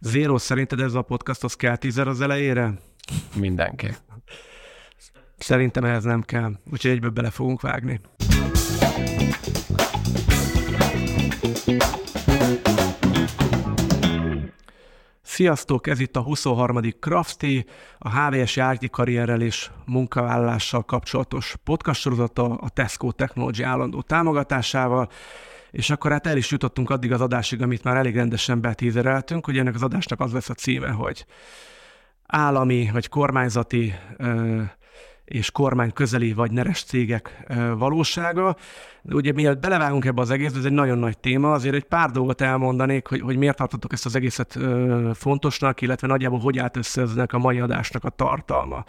Zero, szerinted ez a podcasthoz kell teaser az elejére? Mindenki. Szerintem ehhez nem kell, úgyhogy egyből bele fogunk vágni. Sziasztok, ez itt a 23. Crafty, a HVS IT karrierrel és munkavállalással kapcsolatos podcast sorozata a Tesco Technology állandó támogatásával, és akkor hát el is jutottunk addig az adásig, amit már elég rendesen betízereltünk, hogy ennek az adásnak az lesz a címe, hogy állami vagy kormányzati és kormány közeli vagy neres cégek valósága. De ugye mielőtt belevágunk ebbe az egészbe, ez egy nagyon nagy téma, azért egy pár dolgot elmondanék, hogy miért tartotok ezt az egészet fontosnak, illetve nagyjából hogy állt össze ennek a mai adásnak a tartalma.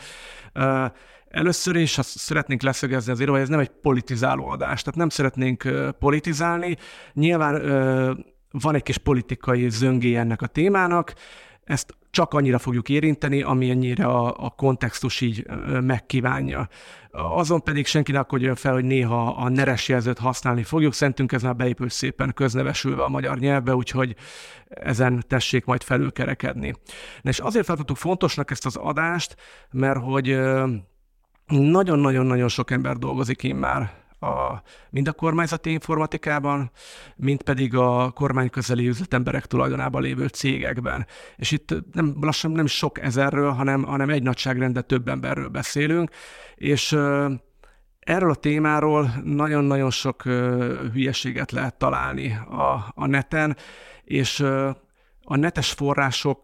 Először is azt szeretnénk leszögezni azért, hogy ez nem egy politizáló adás, tehát nem szeretnénk politizálni. Nyilván van egy kis politikai zöngéje ennek a témának, ezt csak annyira fogjuk érinteni, amennyire a kontextus így megkívánja. Azon pedig senki ne akadjon fel, hogy néha a neres jelzőt használni fogjuk, szerintünk ez már beépült szépen köznevesülve a magyar nyelvbe, úgyhogy ezen tessék majd felülkerekedni. És azért tartottuk fontosnak ezt az adást, mert hogy nagyon-nagyon-nagyon sok ember dolgozik immár mind a kormányzati informatikában, mind pedig a kormányközeli üzletemberek tulajdonában lévő cégekben. És itt lassan nem sok ezerről, hanem egy nagyságrendben több emberről beszélünk, és erről a témáról nagyon-nagyon sok hülyeséget lehet találni a neten, és a netes források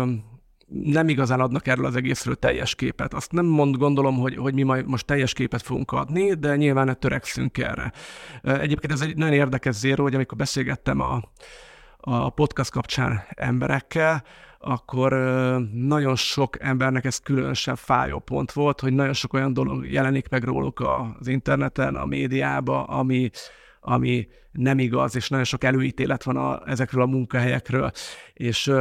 nem igazán adnak erről az egészről teljes képet. Azt nem gondolom, hogy mi majd most teljes képet fogunk adni, de nyilván törekszünk erre. Egyébként ez egy nagyon érdekes zéro, hogy amikor beszélgettem a podcast kapcsán emberekkel, akkor nagyon sok embernek ez különösen fájó pont volt, hogy nagyon sok olyan dolog jelenik meg róluk az interneten, a médiában, ami nem igaz, és nagyon sok előítélet van ezekről a munkahelyekről. És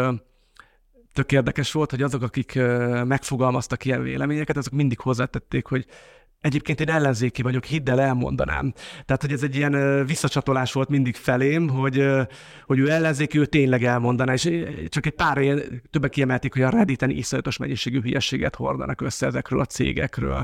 tök érdekes volt, hogy azok, akik megfogalmaztak ilyen véleményeket, azok mindig hozzátették, hogy egyébként én ellenzéki vagyok, hidd el, elmondanám. Tehát, hogy ez egy ilyen visszacsatolás volt mindig felém, hogy ő ellenzéki, ő tényleg elmondaná, és csak egy pár ilyen, többek kiemelték, hogy a Redditen iszonyatos mennyiségű hülyeséget hordanak össze ezekről a cégekről.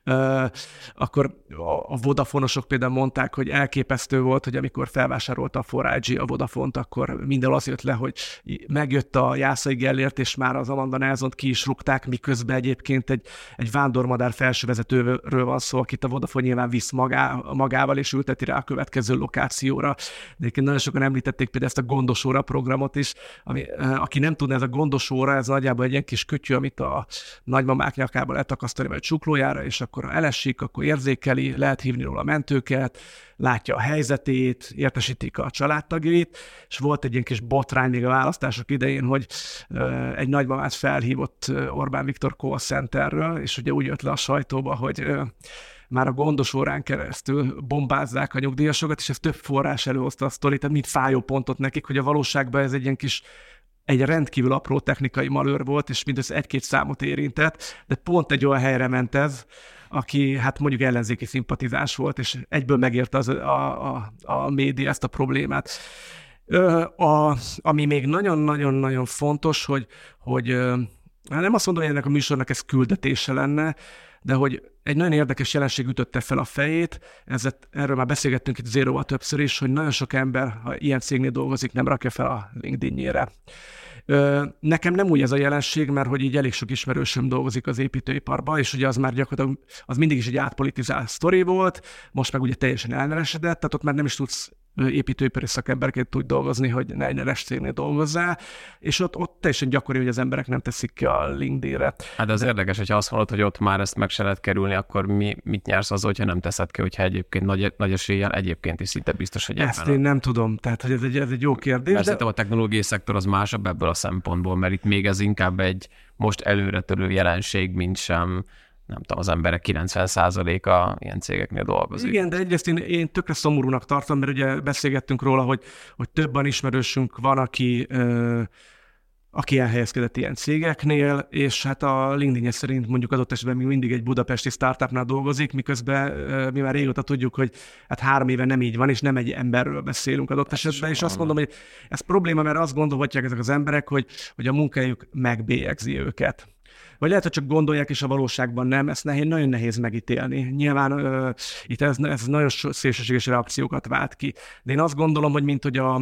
Akkor a Vodafonosok például mondták, hogy elképesztő volt, hogy amikor felvásárolta a 4iG a Vodafont, akkor minden az jött le, hogy megjött a Jászai Gellért, és már az Amanda Nelsont ki is rúgták, miközben egyébként egy vándormadár felsővezetőről van szó, akit a Vodafone nyilván visz magával, és ülteti rá a következő lokációra. De egyébként nagyon sokan említették például ezt a Gondos óra programot is, aki nem tudna, ez a Gondos óra, ez nagyjából egy ilyen kis kütyű, amit a nagymamák nyakába lehet akasztani, vagy csuklójára, és akkor ha elesik, akkor érzékeli, lehet hívni róla mentőket, látja a helyzetét, értesítik a családtagjait, és volt egy ilyen kis botrány még a választások idején, hogy egy nagymamát felhívott Orbán Viktor call centerről, és ugye úgy jött le a sajtóba, hogy már a Gondos órán keresztül bombázzák a nyugdíjasokat, és ez több forrás előhozta a sztorit, tehát mind fájó pontot nekik, hogy a valóságban ez egy rendkívül apró technikai malőr volt, és mindössze egy-két számot érintett, de pont egy olyan helyre ment ez, aki hát mondjuk ellenzéki szimpatizás volt, és egyből megérte a média ezt a problémát. Ami még nagyon-nagyon-nagyon fontos, hogy nem azt mondom, hogy ennek a műsornak ez küldetése lenne, de hogy egy nagyon érdekes jelenség ütötte fel a fejét, erről már beszélgettünk itt Zéróval többször is, hogy nagyon sok ember, ha ilyen cégnél dolgozik, nem rakja fel a LinkedIn-jére. Nekem nem úgy ez a jelenség, mert hogy így elég sok ismerősöm dolgozik az építőiparban, és ugye az már gyakorlatilag az mindig is egy átpolitizált sztori volt, most meg ugye teljesen elneresedett, tehát ott már nem is tudsz építőipari szakemberként tudj dolgozni, hogy ne egy neres cégnél dolgozzál, és ott teljesen gyakori, hogy az emberek nem teszik ki a LinkedIn-re. Hát az érdekes, hogyha azt mondod, hogy ott már ezt meg se lehet kerülni, akkor mit nyersz az, hogyha nem teszed ki, hogyha egyébként nagy eséllyel egyébként is szinte biztos, hogy ezt én nem tudom, tehát hogy ez egy jó kérdés. Mert szerintem a technológiai szektor az másabb ebből a szempontból, mert itt még ez inkább egy most előretörő jelenség, mint sem, nem tudom, az emberek 90%-a ilyen cégeknél dolgozik. Igen, de egyrészt én tökre szomorúnak tartom, mert ugye beszélgettünk róla, hogy többen ismerősünk van, aki aki elhelyezkedett ilyen cégeknél, és hát a LinkedIn szerint mondjuk adott esetben még mindig egy budapesti startupnál dolgozik, miközben mi már régóta tudjuk, hogy hát 3 éve nem így van, és nem egy emberről beszélünk adott esetben, és azt mondom, hogy ez probléma, mert azt gondolhatják ezek az emberek, hogy a munkájuk megbélyegzi őket. Vagy lehet, hogy csak gondolják, és a valóságban nem, ezt nagyon nehéz megítélni. Nyilván itt ez nagyon szélsőséges reakciókat vált ki. De én azt gondolom, hogy mint hogy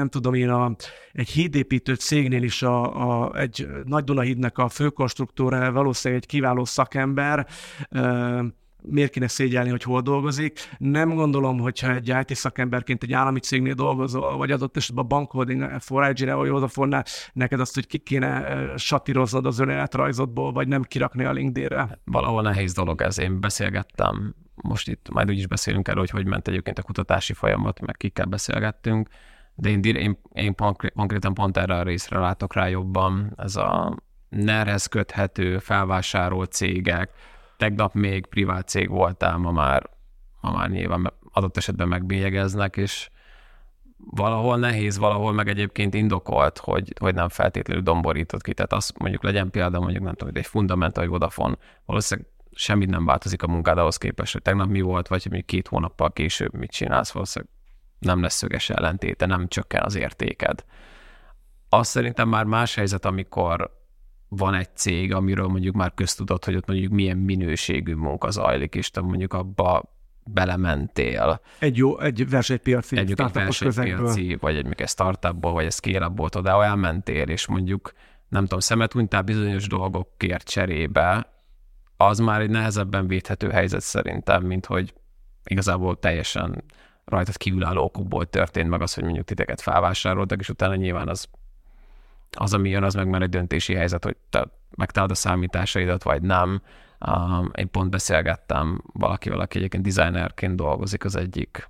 egy hídépítő cégnél is egy Nagy Duna hídnek a főkonstruktúra valószínűleg egy kiváló szakember, miért kéne szégyelni, hogy hol dolgozik. Nem gondolom, hogyha egy IT szakemberként egy állami cégnél dolgozol, vagy adott esetben a Bankholding, 4iG-nél, vagy Vodafone-nál, neked azt, hogy ki kéne satíroznod az önéletrajzodból, vagy nem kirakni a LinkedIn-re. Valahol nehéz dolog ez. Én beszélgettem, most itt majd úgyis beszélünk erről, hogy ment egyébként a kutatási folyamat, meg kikkel beszélgettünk, de én konkrétan pont erre a részre látok rá jobban. Ez a NER-hez köthető, felvásárolt cégek. Tegnap még privát cég voltál, ma már nyilván adott esetben megbélyegeznek, és valahol nehéz, valahol meg egyébként indokolt, hogy nem feltétlenül domborított ki. Tehát azt mondjuk legyen példa, mondjuk nem tudom, hogy egy Fundamental vagy Vodafone, valószínűleg semmit nem változik a munkád ahhoz képest, hogy tegnap mi volt, vagy hogy 2 hónappal később mit csinálsz, valószínűleg nem lesz szöges ellentéte, nem csökken az értéked. Azt szerintem már más helyzet, amikor van egy cég, amiről mondjuk már köztudott, hogy ott mondjuk milyen minőségű munka zajlik, és te mondjuk abba belementél. Egy versenypiaci, vagy egy startupból, vagy egy scale-upból oda elmentél, és mondjuk nem tudom, szemet hunytál bizonyos dolgokért cserébe, az már egy nehezebben védhető helyzet szerintem, mint hogy igazából teljesen rajtad kívülálló okokból történt meg az, hogy mondjuk titeket felvásároltak, és utána nyilván az, ami jön, az meg már egy döntési helyzet, hogy te megtalálod a számításaidat, vagy nem. Én pont beszélgettem valakivel, aki egyébként designerként dolgozik az egyik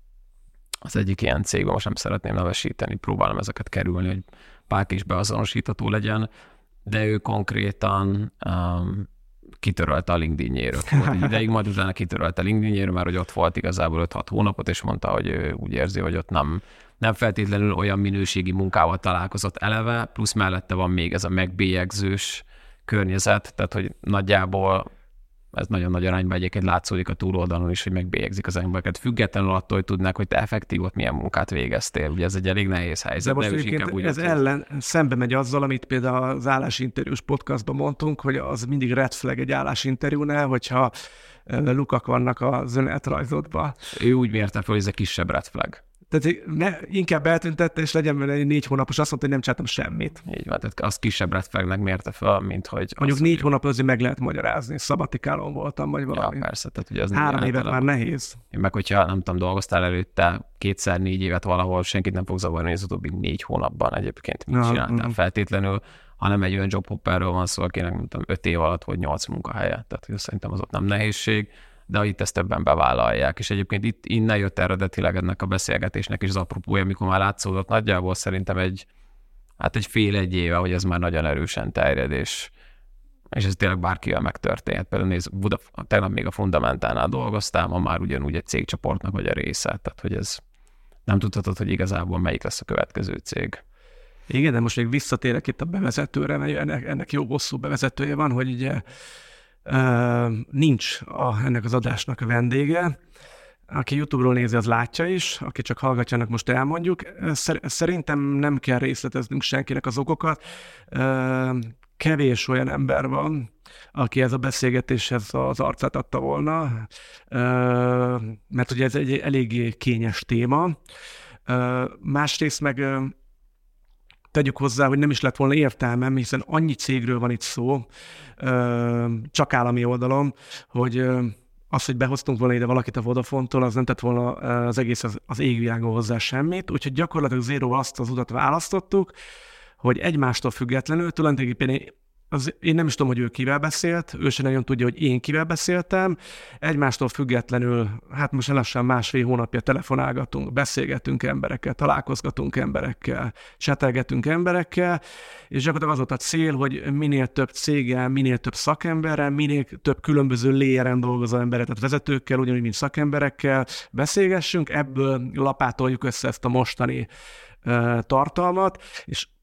ilyen cégben, most nem szeretném nevesíteni, próbálom ezeket kerülni, hogy bárki is beazonosítható legyen, de ő konkrétan kitörölte a LinkedIn-jéről. Ideig majd utána kitörölte a LinkedIn-jéről, mert hogy ott volt igazából 5-6 hónapot, és mondta, hogy ő úgy érzi, hogy ott nem feltétlenül olyan minőségi munkával találkozott eleve, plusz mellette van még ez a megbélyegzős környezet, tehát hogy nagyjából ez nagyon nagy arányban egyébként látszódik a túloldalon is, hogy megbélyegzik az embereket, függetlenül attól, hogy tudnák, hogy te effektív ott milyen munkát végeztél. Ugye ez egy elég nehéz helyzet. De most egyébként ez ellen szembe megy azzal, amit például az állásinterjús podcastban mondtunk, hogy az mindig red flag egy állásinterjúnál, hogyha lukak vannak az önéletrajzodban. Ő úgy mérte fel, hogy ez egy kisebb red flag. Tehát inkább eltüntette, és legyen vele 4 hónapos, azt mondta, hogy nem csináltam semmit. Így van, tehát az kisebb red flagnek mérte fel, mint hogy... Mondjuk 4 hónap azért meg lehet magyarázni, szabatikálon voltam, vagy valami. Ja, persze. Tehát, hogy az 3 évet már nehéz. Meg hogyha, nem tudom, dolgoztál előtte 2-4 évet valahol, senkit nem fog zavarni, hogy az utóbbi 4 hónapban egyébként mit csináltál feltétlenül, hanem egy olyan jobhopperről van szó, akinek nem tudom, 5 év alatt vagy 8 munkahelye. Tehát hogy szerintem az ott nem nehézség, de itt ezt többen bevállalják. És egyébként itt innen jött eredetileg ennek a beszélgetésnek is az apropója, amikor már látszódott nagyjából szerintem egy fél-egy éve, hogy ez már nagyon erősen terjed, és ez tényleg bárkivel megtörténhet. Például tegnap még a Fundamentálnál dolgoztál, ma már ugyanúgy egy cégcsoportnak vagy a része. Tehát, hogy ez nem tudhatod, hogy igazából melyik lesz a következő cég. Igen, de most még visszatérek itt a bevezetőre, mert ennek jó hosszú bevezetője van, hogy ugye nincs ennek az adásnak a vendége. Aki YouTube-ról nézi, az látja is, aki csak hallgatja, annak most elmondjuk. Szerintem nem kell részleteznünk senkinek az okokat. Kevés olyan ember van, aki ez a beszélgetéshez az arcát adta volna, mert ugye ez egy eléggé kényes téma. Másrészt meg tegyük hozzá, hogy nem is lett volna értelmem, hiszen annyi cégről van itt szó, csak állami oldalon, hogy behoztunk volna ide valakit a Vodafone-tól, az nem tett volna az egész az égvilágon hozzá semmit, úgyhogy gyakorlatilag zéro azt az utat választottuk, hogy egymástól függetlenül tulajdonképpen én nem is tudom, hogy ő kivel beszélt, ő sem nagyon tudja, hogy én kivel beszéltem. Egymástól függetlenül, hát most lassan 1,5 hónapja telefonálgatunk, beszélgetünk emberekkel, találkozgatunk emberekkel, csetelgetünk emberekkel, és gyakorlatilag az volt a cél, hogy minél több céggel, minél több szakemberrel, minél több különböző layeren dolgozó emberek, tehát vezetőkkel, ugyanúgy, mint szakemberekkel beszélgessünk, ebből lapátoljuk össze ezt a mostani tartalmat, és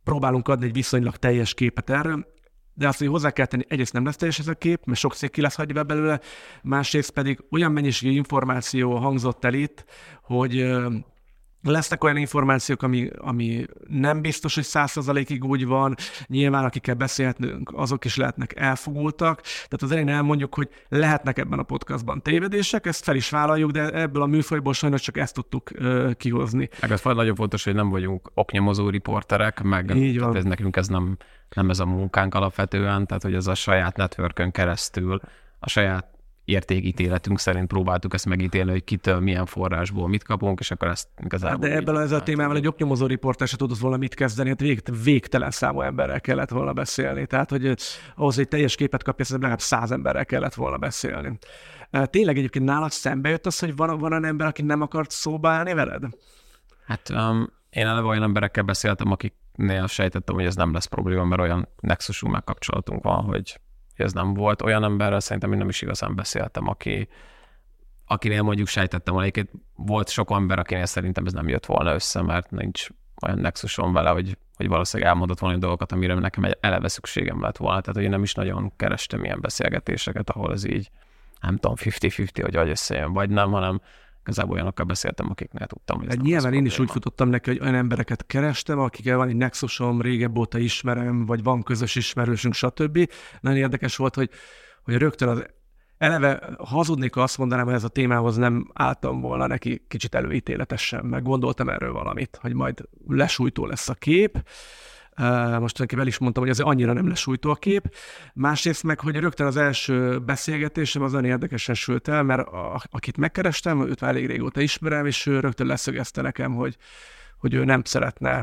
próbálunk adni egy viszonylag teljes képet erről, de azt, hogy hozzá kell tenni, egyrészt nem lesz teljes ez a kép, mert sok cég ki lesz hagyva belőle, másrészt pedig olyan mennyiségű információ hangzott el itt, hogy lesznek olyan információk, ami nem biztos, hogy 100%-ig úgy van, nyilván akikkel beszélhetünk, azok is lehetnek elfogultak, tehát az elején elmondjuk, hogy lehetnek ebben a podcastban tévedések, ezt fel is vállaljuk, de ebből a műfajból sajnos csak ezt tudtuk kihozni. Meg az nagyon fontos, hogy nem vagyunk oknyomozó riporterek, meg tehát nekünk ez nem ez a munkánk alapvetően, tehát hogy ez a saját networkön keresztül, a saját értékítéletünk szerint próbáltuk ezt megítélni, hogy kitől, milyen forrásból mit kapunk, és akkor ezt igazából... De ebből ezzel a témával egy oknyomozó riporter se tudott volna mit kezdeni, hát végtelen számú emberrel kellett volna beszélni. Tehát, hogy ahhoz, hogy teljes képet kapja, ez legalább 100 emberrel kellett volna beszélni. Tényleg egyébként nálad szembe jött az, hogy van olyan ember, aki nem akart szóba állni veled? Hát én eleve olyan emberekkel beszéltem, akiknél sejtettem, hogy ez nem lesz probléma, mert olyan nexusú megkapcsolatunk van, hogy ez nem volt. Olyan emberrel szerintem én nem is igazán beszéltem, akinél mondjuk sejtettem, hogy volt sok ember, akinél szerintem ez nem jött volna össze, mert nincs olyan nexuson vele, hogy valószínűleg elmondott volna dolgokat, amire nekem eleve szükségem lett volna. Tehát, hogy én nem is nagyon kerestem ilyen beszélgetéseket, ahol ez így, nem tudom, 50-50, hogy összejön, vagy nem, hanem igazából olyanokkal beszéltem, akiknél tudtam, hogy ez nem nyilván én is úgy futottam neki, hogy olyan embereket kerestem, akikkel van egy nexusom, régebb óta ismerem, vagy van közös ismerősünk, stb. Nagyon érdekes volt, hogy rögtön az eleve hazudnék, azt mondanám, hogy ez a témához nem álltam volna neki kicsit előítéletesen, meg gondoltam erről valamit, hogy majd lesújtó lesz a kép. Most el is mondtam, hogy azért annyira nem lesújtó a kép. Másrészt meg, hogy rögtön az első beszélgetésem az olyan érdekesen sült el, mert akit megkerestem, őt már elég régóta ismerem, és ő rögtön leszögezte nekem, hogy ő nem szeretne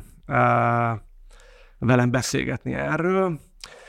velem beszélgetni erről.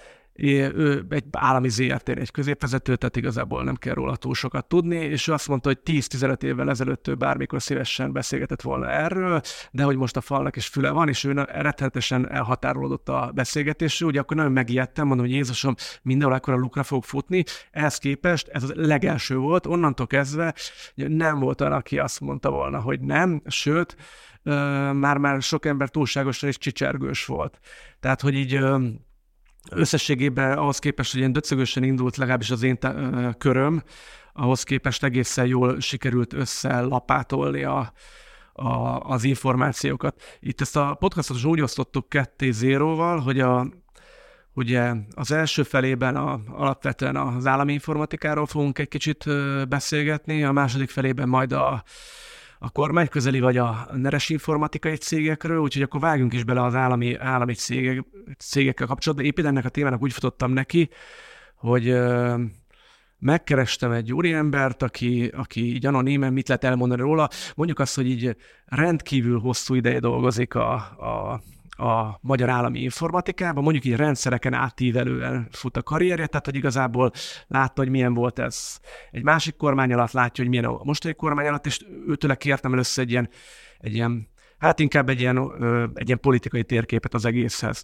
Ő egy állami ZRT-n egy középvezető, tehát igazából nem kell róla túl sokat tudni, és ő azt mondta, hogy 10-15 évvel ezelőtt ő bármikor szívesen beszélgetett volna erről, de hogy most a falnak is füle van, és ő rettenetesen elhatárolódott a beszélgetésről, ugye akkor nagyon megijedtem, mondom, hogy Jézusom, mindenhol ekkora lukra fog futni, ehhez képest ez a legelső volt, onnantól kezdve nem volt olyan, aki azt mondta volna, hogy nem, sőt, már sok ember túlságosan is csicsergős volt. Tehát, hogy így összességében ahhoz képest, hogy ilyen döcögösen indult legalábbis az én köröm, ahhoz képest egészen jól sikerült összelapátolni az információkat. Itt ezt a podcastot úgy osztottuk 2.0-val, hogy ugye az első felében alapvetően az állami informatikáról fogunk egy kicsit beszélgetni, a második felében majd a kormányközeli vagy a neres informatikai cégekről, úgyhogy akkor vágjunk is bele az állami cégekkel kapcsolatban. Épp ennek a témának úgy futottam neki, hogy megkerestem egy úriembert, aki így anonímen mit lehet elmondani róla. Mondjuk azt, hogy így rendkívül hosszú ideje dolgozik a magyar állami informatikában, mondjuk így rendszereken átívelően fut a karrierje, tehát hogy igazából látta, hogy milyen volt ez egy másik kormány alatt, látja, hogy milyen a mostani kormány alatt, és őtőle kértem először egy ilyen hát inkább egy ilyen politikai térképet az egészhez.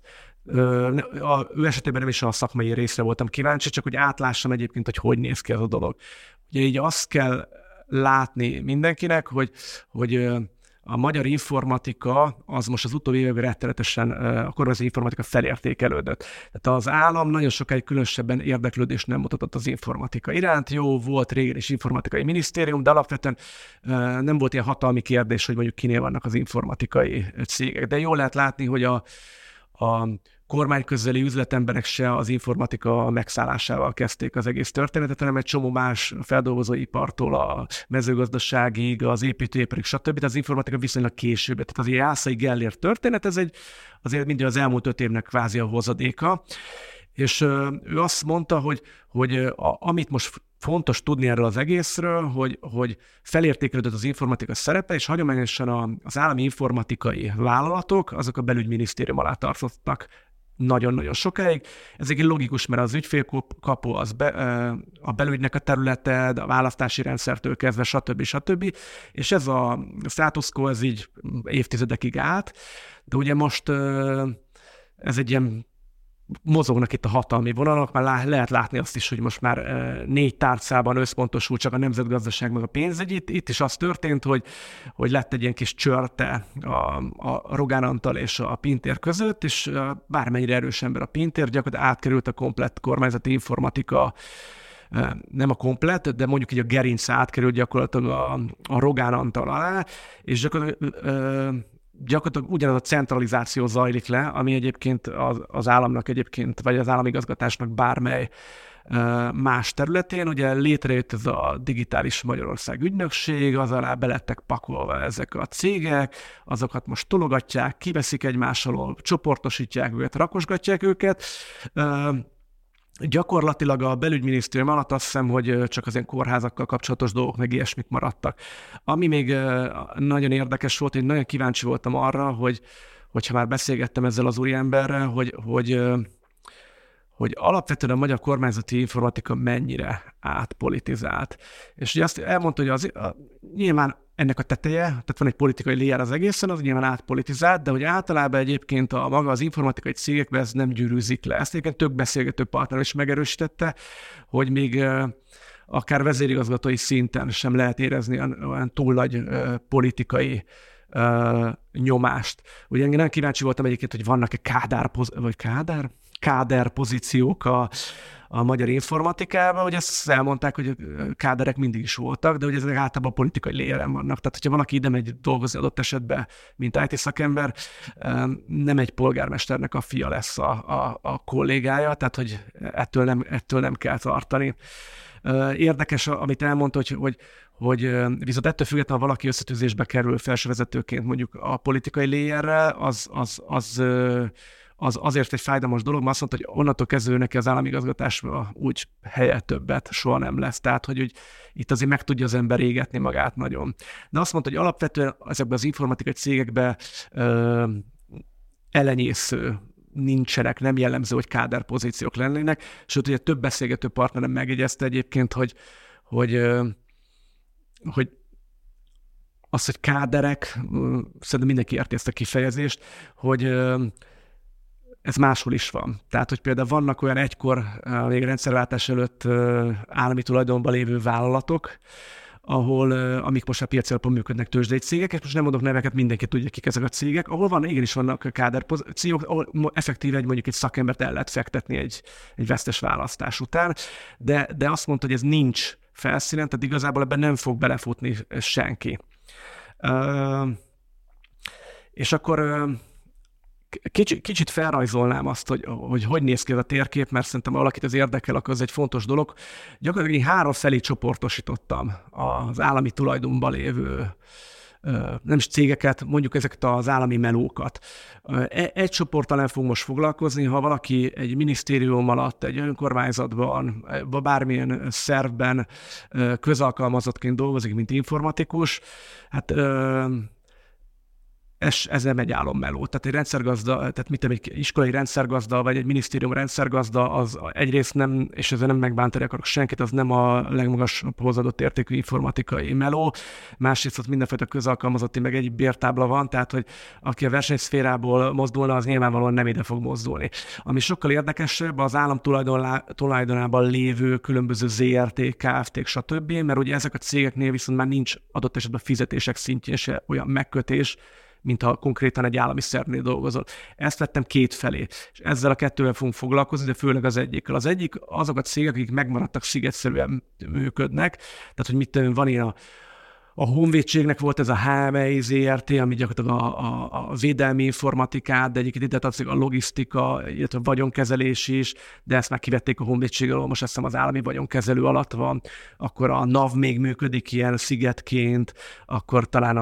Ő esetében nem is a szakmai részre voltam kíváncsi, csak hogy átlássam egyébként, hogy néz ki ez a dolog. Ugye így azt kell látni mindenkinek, hogy a magyar informatika az most az utóbbi években rettenetesen a kormányzati informatika felértékelődött. Tehát az állam nagyon sokáig különösebben érdeklődést nem mutatott az informatika iránt. Jó, volt régen is informatikai minisztérium, de alapvetően nem volt ilyen hatalmi kérdés, hogy mondjuk kinél vannak az informatikai cégek. De jól lehet látni, hogy a kormányközeli üzletemberek se az informatika megszállásával kezdték az egész történetet, hanem egy csomó más feldolgozóipartól a mezőgazdaságig, az építőiparig, stb. Tehát az informatika viszonylag később. Tehát az Jászai Gellért történet, ez azért mindig az elmúlt 5 évnek kvázi a hozadéka. És ő azt mondta, hogy amit most fontos tudni erről az egészről, hogy felértékelődött az informatika szerepe, és hagyományosan az állami informatikai vállalatok, azok a belügyminisztérium alá tartoztak nagyon-nagyon sokáig. Ez egy logikus, mert az ügyfélkapu, a belügynek a területe, a választási rendszertől kezdve, stb. És ez a status quo, ez így évtizedekig állt, de ugye most ez egy ilyen mozognak itt a hatalmi vonalak, már lehet látni azt is, hogy most már 4 tárcában összpontosul csak a nemzetgazdaság meg a pénzügy. Itt is az történt, hogy lett egy ilyen kis csörte a Rogán Antal és a Pintér között, és bármennyire erős ember a Pintér, gyakorlatilag átkerült a komplett kormányzati informatika, nem a komplett, de mondjuk így a gerinc átkerült gyakorlatilag a Rogán Antal alá, és gyakorlatilag ugyanaz a centralizáció zajlik le, ami egyébként az államnak egyébként, vagy az államigazgatásnak bármely más területén. Ugye létrejött ez a Digitális Magyarország ügynökség, az alá belettek pakolva ezek a cégek, azokat most tologatják, kiveszik egymás alól, csoportosítják őket, rakosgatják őket. Gyakorlatilag a belügyminisztérium alatt azt hiszem, hogy csak az ilyen kórházakkal kapcsolatos dolgok, meg ilyesmik maradtak. Ami még nagyon érdekes volt, én nagyon kíváncsi voltam arra, hogyha már beszélgettem ezzel az úriemberrel, hogy alapvetően a magyar kormányzati informatika mennyire átpolitizált. És ugye azt elmondta, hogy nyilván ennek a teteje, tehát van egy politikai layer az egészen, az nyilván átpolitizált, de hogy általában egyébként maga az informatikai cégekben ez nem gyűrűzik le. Ezt egyébként több beszélgető partner is megerősítette, hogy még akár vezérigazgatói szinten sem lehet érezni olyan túl nagy politikai nyomást. Ugye engem nagyon kíváncsi voltam egyébként, hogy vannak-e káder pozíciók a magyar informatikában, hogy ezt elmondták, hogy káderek mindig is voltak, de hogy ezek általában politikai léren vannak. Tehát, hogyha valaki ide megy dolgozni adott esetben, mint IT szakember, nem egy polgármesternek a fia lesz a kollégája, tehát, hogy ettől nem kell tartani. Érdekes, amit elmondta, hogy viszont ettől függetlenül, ha valaki összetűzésbe kerül felsővezetőként mondjuk a politikai layerrel, az azért egy fájdalmas dolog, mert azt mondta, hogy onnantól kezdve neki az államigazgatásban úgy helye többet soha nem lesz. Tehát, hogy itt azért meg tudja az ember égetni magát nagyon. De azt mondta, hogy alapvetően ezekben az informatikai cégekben elenyésző nincsenek, nem jellemző, hogy káder pozíciók lennének, sőt, ugye több beszélgető partnerem megjegyezte egyébként, hogy az, hogy káderek, szerintem mindenki érti ezt a kifejezést, hogy ez máshol is van. Tehát, hogy például vannak olyan egykor, még rendszerváltás előtt állami tulajdonban lévő vállalatok, amik most a piaci alapon működnek tőzsdei cégek, és most nem mondok neveket, mindenki tudja, kik ezek a cégek, ahol igenis vannak káderpozíciók, ahol effektíve mondjuk egy szakembert el lehet fektetni egy vesztes választás után, de azt mondta, hogy ez nincs felszínen, tehát igazából ebben nem fog belefutni senki. És akkor kicsit felrajzolnám azt, hogy néz ki ez a térkép, mert szerintem valakit ez érdekel, akkor ez egy fontos dolog. Gyakorlatilag én 3 felé csoportosítottam az állami tulajdonban lévő nem is cégeket, mondjuk ezeket az állami melókat. Egy csoporttal nem fog most foglalkozni, ha valaki egy minisztérium alatt, egy önkormányzatban, bármilyen szervben közalkalmazottként dolgozik, mint informatikus, hát ez nem egy álommeló. Tehát egy rendszergazda, tehát egy iskolai rendszergazda, vagy egy minisztérium rendszergazda, az egyrészt nem, és ezzel nem megbántani akarok senkit, az nem a legmagasabb hozzáadott értékű informatikai meló. Másrészt ott mindenfajta közalkalmazotti, meg egy bértábla van, tehát hogy aki a versenyszférából mozdulna, az nyilvánvalóan nem ide fog mozdulni. Ami sokkal érdekesebb, az állam tulajdonában lévő különböző ZRT, KFT-k, stb., mert ugye ezek a cégeknél viszont már nincs adott esetben fizetések szintjén se olyan megkötés, mint ha konkrétan egy állami szervnél dolgozol. Ezt vettem 2 felé, és ezzel a 2-vel fogunk foglalkozni, de főleg az egyikkel. Az egyik azok a cégek, akik megmaradtak, szigetszerűen működnek, tehát hogy van ilyen a Honvédségnek volt ez a HMI ZRT, ami gyakorlatilag a védelmi informatikát, de egyébként ide tartozik a logisztika, illetve a vagyonkezelés is, de ezt már kivették a Honvédség alól, most azt hiszem az állami vagyonkezelő alatt van, akkor a NAV még működik ilyen szigetként, akkor talán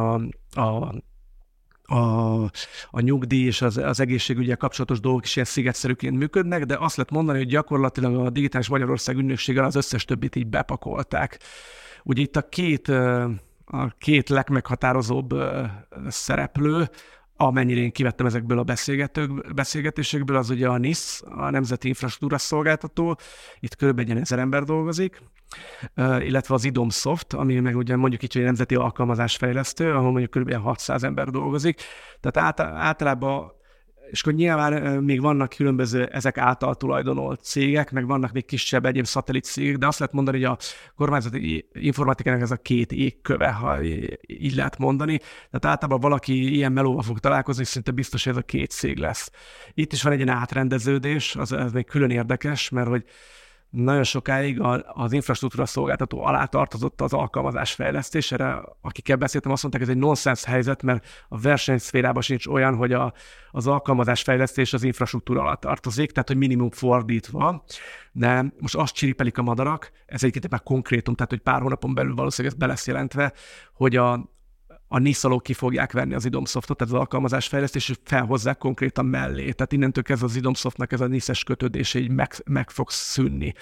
a nyugdíj és az egészségügyel kapcsolatos dolgok is ilyen szigetszerűként működnek, de azt lehet mondani, hogy gyakorlatilag a Digitális Magyarország ügynökséggel az összes többit így bepakolták. Ugye itt a két legmeghatározóbb szereplő, amennyire én kivettem ezekből a beszélgetésekből, az ugye a NISZ, a Nemzeti Infrastruktúra Szolgáltató, itt körülbelül 1000 ember dolgozik, illetve az IDOMSoft, ami meg ugye mondjuk így, hogy nemzeti alkalmazásfejlesztő, ahol mondjuk körülbelül 600 ember dolgozik. Tehát általában És akkor nyilván még vannak különböző ezek által tulajdonolt cégek, meg vannak még kisebb egyéb szatellit cégek, de azt lehet mondani, hogy a kormányzati informatikának ez a két égköve, ha így lehet mondani. Tehát általában valaki ilyen melóval fog találkozni, és szinte biztos, hogy ez a két cég lesz. Itt is van egy ilyen átrendeződés, ez még külön érdekes, mert hogy nagyon sokáig az infrastruktúra szolgáltató alá tartozott az alkalmazásfejlesztés. Erre, akikkel beszéltem, azt mondták, ez egy nonsens helyzet, mert a versenyszférában sincs olyan, hogy az alkalmazásfejlesztés az infrastruktúra alá tartozik, tehát hogy minimum fordítva. De most azt csiripelik a madarak, ez egyébként már konkrétum, tehát hogy pár hónapon belül valószínűleg ez be lesz jelentve, hogy a NISZ-alók ki fogják venni az idomsoftot, tehát az alkalmazásfejlesztés, és felhozzák konkrétan mellé. Tehát innentől kezdve az idomsoftnak ez a NISZ-es kötődése így meg fog szűnni.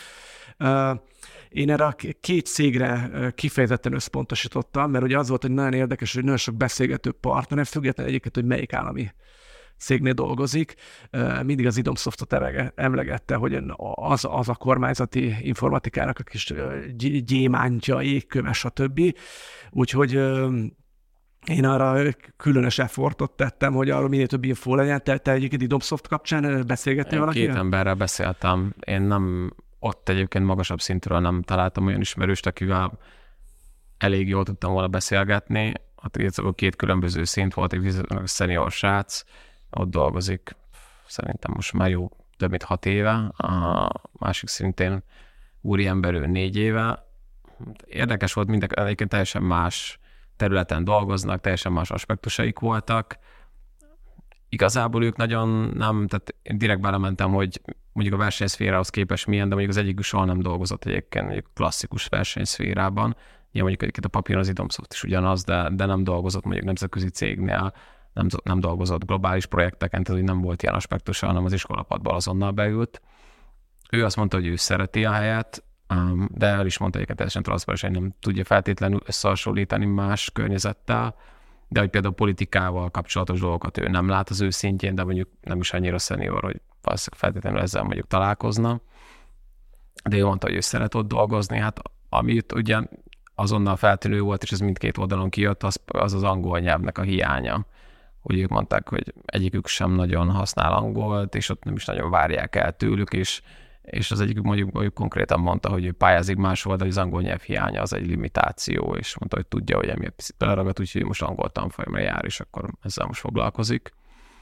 Én erre a két cégre kifejezetten összpontosítottam, mert ugye az volt, hogy nagyon érdekes, hogy nagyon sok beszélgető partnerem, függetlenül egyébként, hogy melyik állami cégnél dolgozik, mindig az idomsoftot emlegette, hogy az a kormányzati informatikának a kis gyémántja, égköve, stb. Úgyhogy én arra különös effortot tettem, hogy arról minél több infó legyen. Te egyébként idomsoft kapcsán beszélgettél valakivel? Két emberrel beszéltem. Én nem ott egyébként magasabb szintről nem találtam olyan ismerőst, akivel elég jól tudtam volna beszélgetni. Hát két különböző szint volt, egy senior srác, ott dolgozik, szerintem most már jó több mint 6 éve, a másik szintén úriember, ő 4 éve. Érdekes volt, egyébként teljesen más területen dolgoznak, teljesen más aspektusaik voltak. Igazából ők nagyon nem, tehát én direkt belementem, hogy mondjuk a versenyszférához képest milyen, de mondjuk az egyik soha nem dolgozott egyébként mondjuk klasszikus versenyszférában. Ja, mondjuk egyébként a papíron az idomsoft is ugyanaz, de nem dolgozott mondjuk nemzetközi cégnél, nem dolgozott globális projekteken, tehát nem volt ilyen aspektusa, hanem az iskolapadból azonnal beült. Ő azt mondta, hogy ő szereti a helyet, de el is mondta egyébként teljesen transzparens, hogy nem tudja feltétlenül összehasonlítani más környezettel, de hogy például politikával kapcsolatos dolgokat ő nem lát az ő szintjén, de mondjuk nem is annyira szenior, hogy feltétlenül ezzel mondjuk találkozna. De ő mondta, hogy ő szeret ott dolgozni, hát amit ugye azonnal feltűnő volt, és ez mindkét oldalon kijött, az az angol nyelvnek a hiánya. Úgy ők mondták, hogy egyikük sem nagyon használ angolt, és ott nem is nagyon várják el tőlük, és az egyik mondjuk konkrétan mondta, hogy ő pályázik máshol, de az angol nyelv hiánya az egy limitáció, és mondta, hogy tudja, hogy emiatt picit beleragadt, úgyhogy most angol tanfolyamra jár, és akkor ezzel most foglalkozik.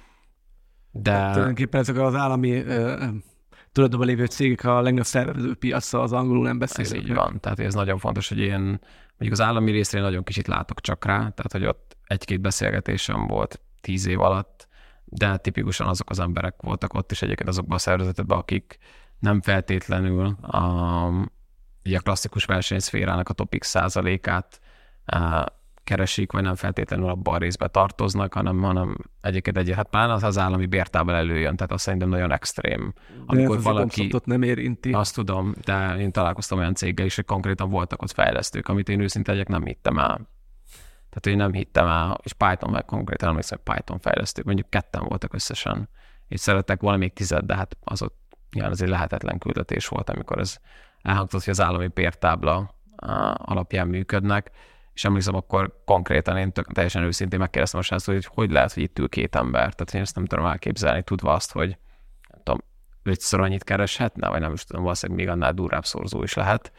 De tulajdonképpen ezek az állami tulajdonban lévő cégek a legnagyobb szervező piacra az angolul nem beszélnek. Ez így van, tehát ez nagyon fontos, hogy én mondjuk az állami részre nagyon kicsit látok csak rá, tehát hogy ott 1-2 beszélgetésem volt 10 év alatt, de tipikusan azok az emberek voltak ott is egyébként azokban a szervezetekben, akik nem feltétlenül a klasszikus versenyszférának a top X%-át keresik, vagy nem feltétlenül abban a részbe tartoznak, hanem egyébként hát már az állami bértábla előjön, tehát azt szerintem nagyon extrém. Amikor valaki nem érinti. Azt tudom, de én találkoztam olyan céggel is, hogy konkrétan voltak ott fejlesztők, amit én őszintén nem hittem el. Tehát én nem hittem el, és Python meg konkrétan emlékszem, hogy Python fejlesztők, mondjuk 2 voltak összesen, és szerettek volna még 10, de hát az ott nyilván ez egy lehetetlen küldetés volt, amikor ez elhangzott, hogy az állami bértábla alapján működnek, és emlékszem, akkor konkrétan én teljesen őszintén megkérdeztem a srácot, hogy lehet, hogy itt ül 2 ember. Tehát én ezt nem tudom elképzelni, tudva azt, hogy nem tudom, 5-ször annyit kereshetne, vagy nem is tudom, valószínűleg még annál durvább szorzó is lehet.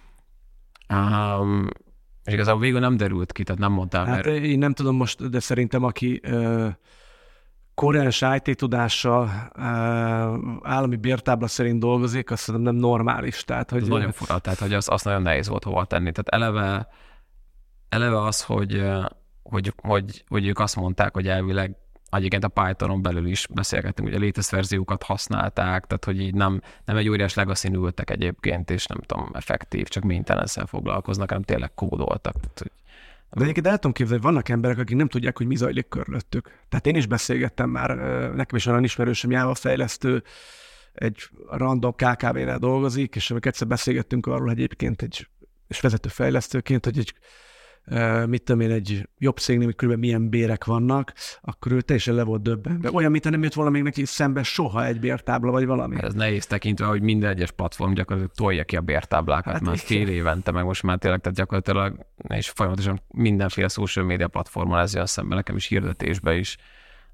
És igazából végül nem derült ki, tehát nem mondtál. Hát én nem tudom most, de szerintem aki korrens IT tudással állami bértábla szerint dolgozik, azt szerintem nem normális. Tehát, hogy nagyon fura, tehát hogy azt nagyon nehéz volt hova tenni. Tehát eleve az, hogy ők azt mondták, hogy elvileg egyébként a Pythonon belül is beszélgettünk, hogy a latest verziókat használták, tehát hogy így nem egy óriás legacy-n ültek egyébként, és nem tudom, effektív, csak maintenance-szel foglalkoznak, hanem tényleg kódoltak. De egyébként el tudom képzelni, hogy vannak emberek, akik nem tudják, hogy mi zajlik körülöttük. Tehát én is beszélgettem már, nekem is olyan ismerősöm, Java fejlesztő, egy random KKV-nál dolgozik, és amikor egyszer beszélgettünk arról egyébként és vezető fejlesztőként, hogy mit tudom én, egy jobb cégnél, hogy körülbelül milyen bérek vannak, akkor ő teljesen le volt döbbenve. Olyan, mint nem jött volna még neki szembe soha egy bértábla, vagy valami. Ez nehéz tekintve, hogy minden egyes platform gyakorlatilag tolja ki a bértáblákat, hát már fél évente, meg most már tényleg, tehát gyakorlatilag és folyamatosan mindenféle social media platformon ez jön szembe, nekem is hirdetésbe is.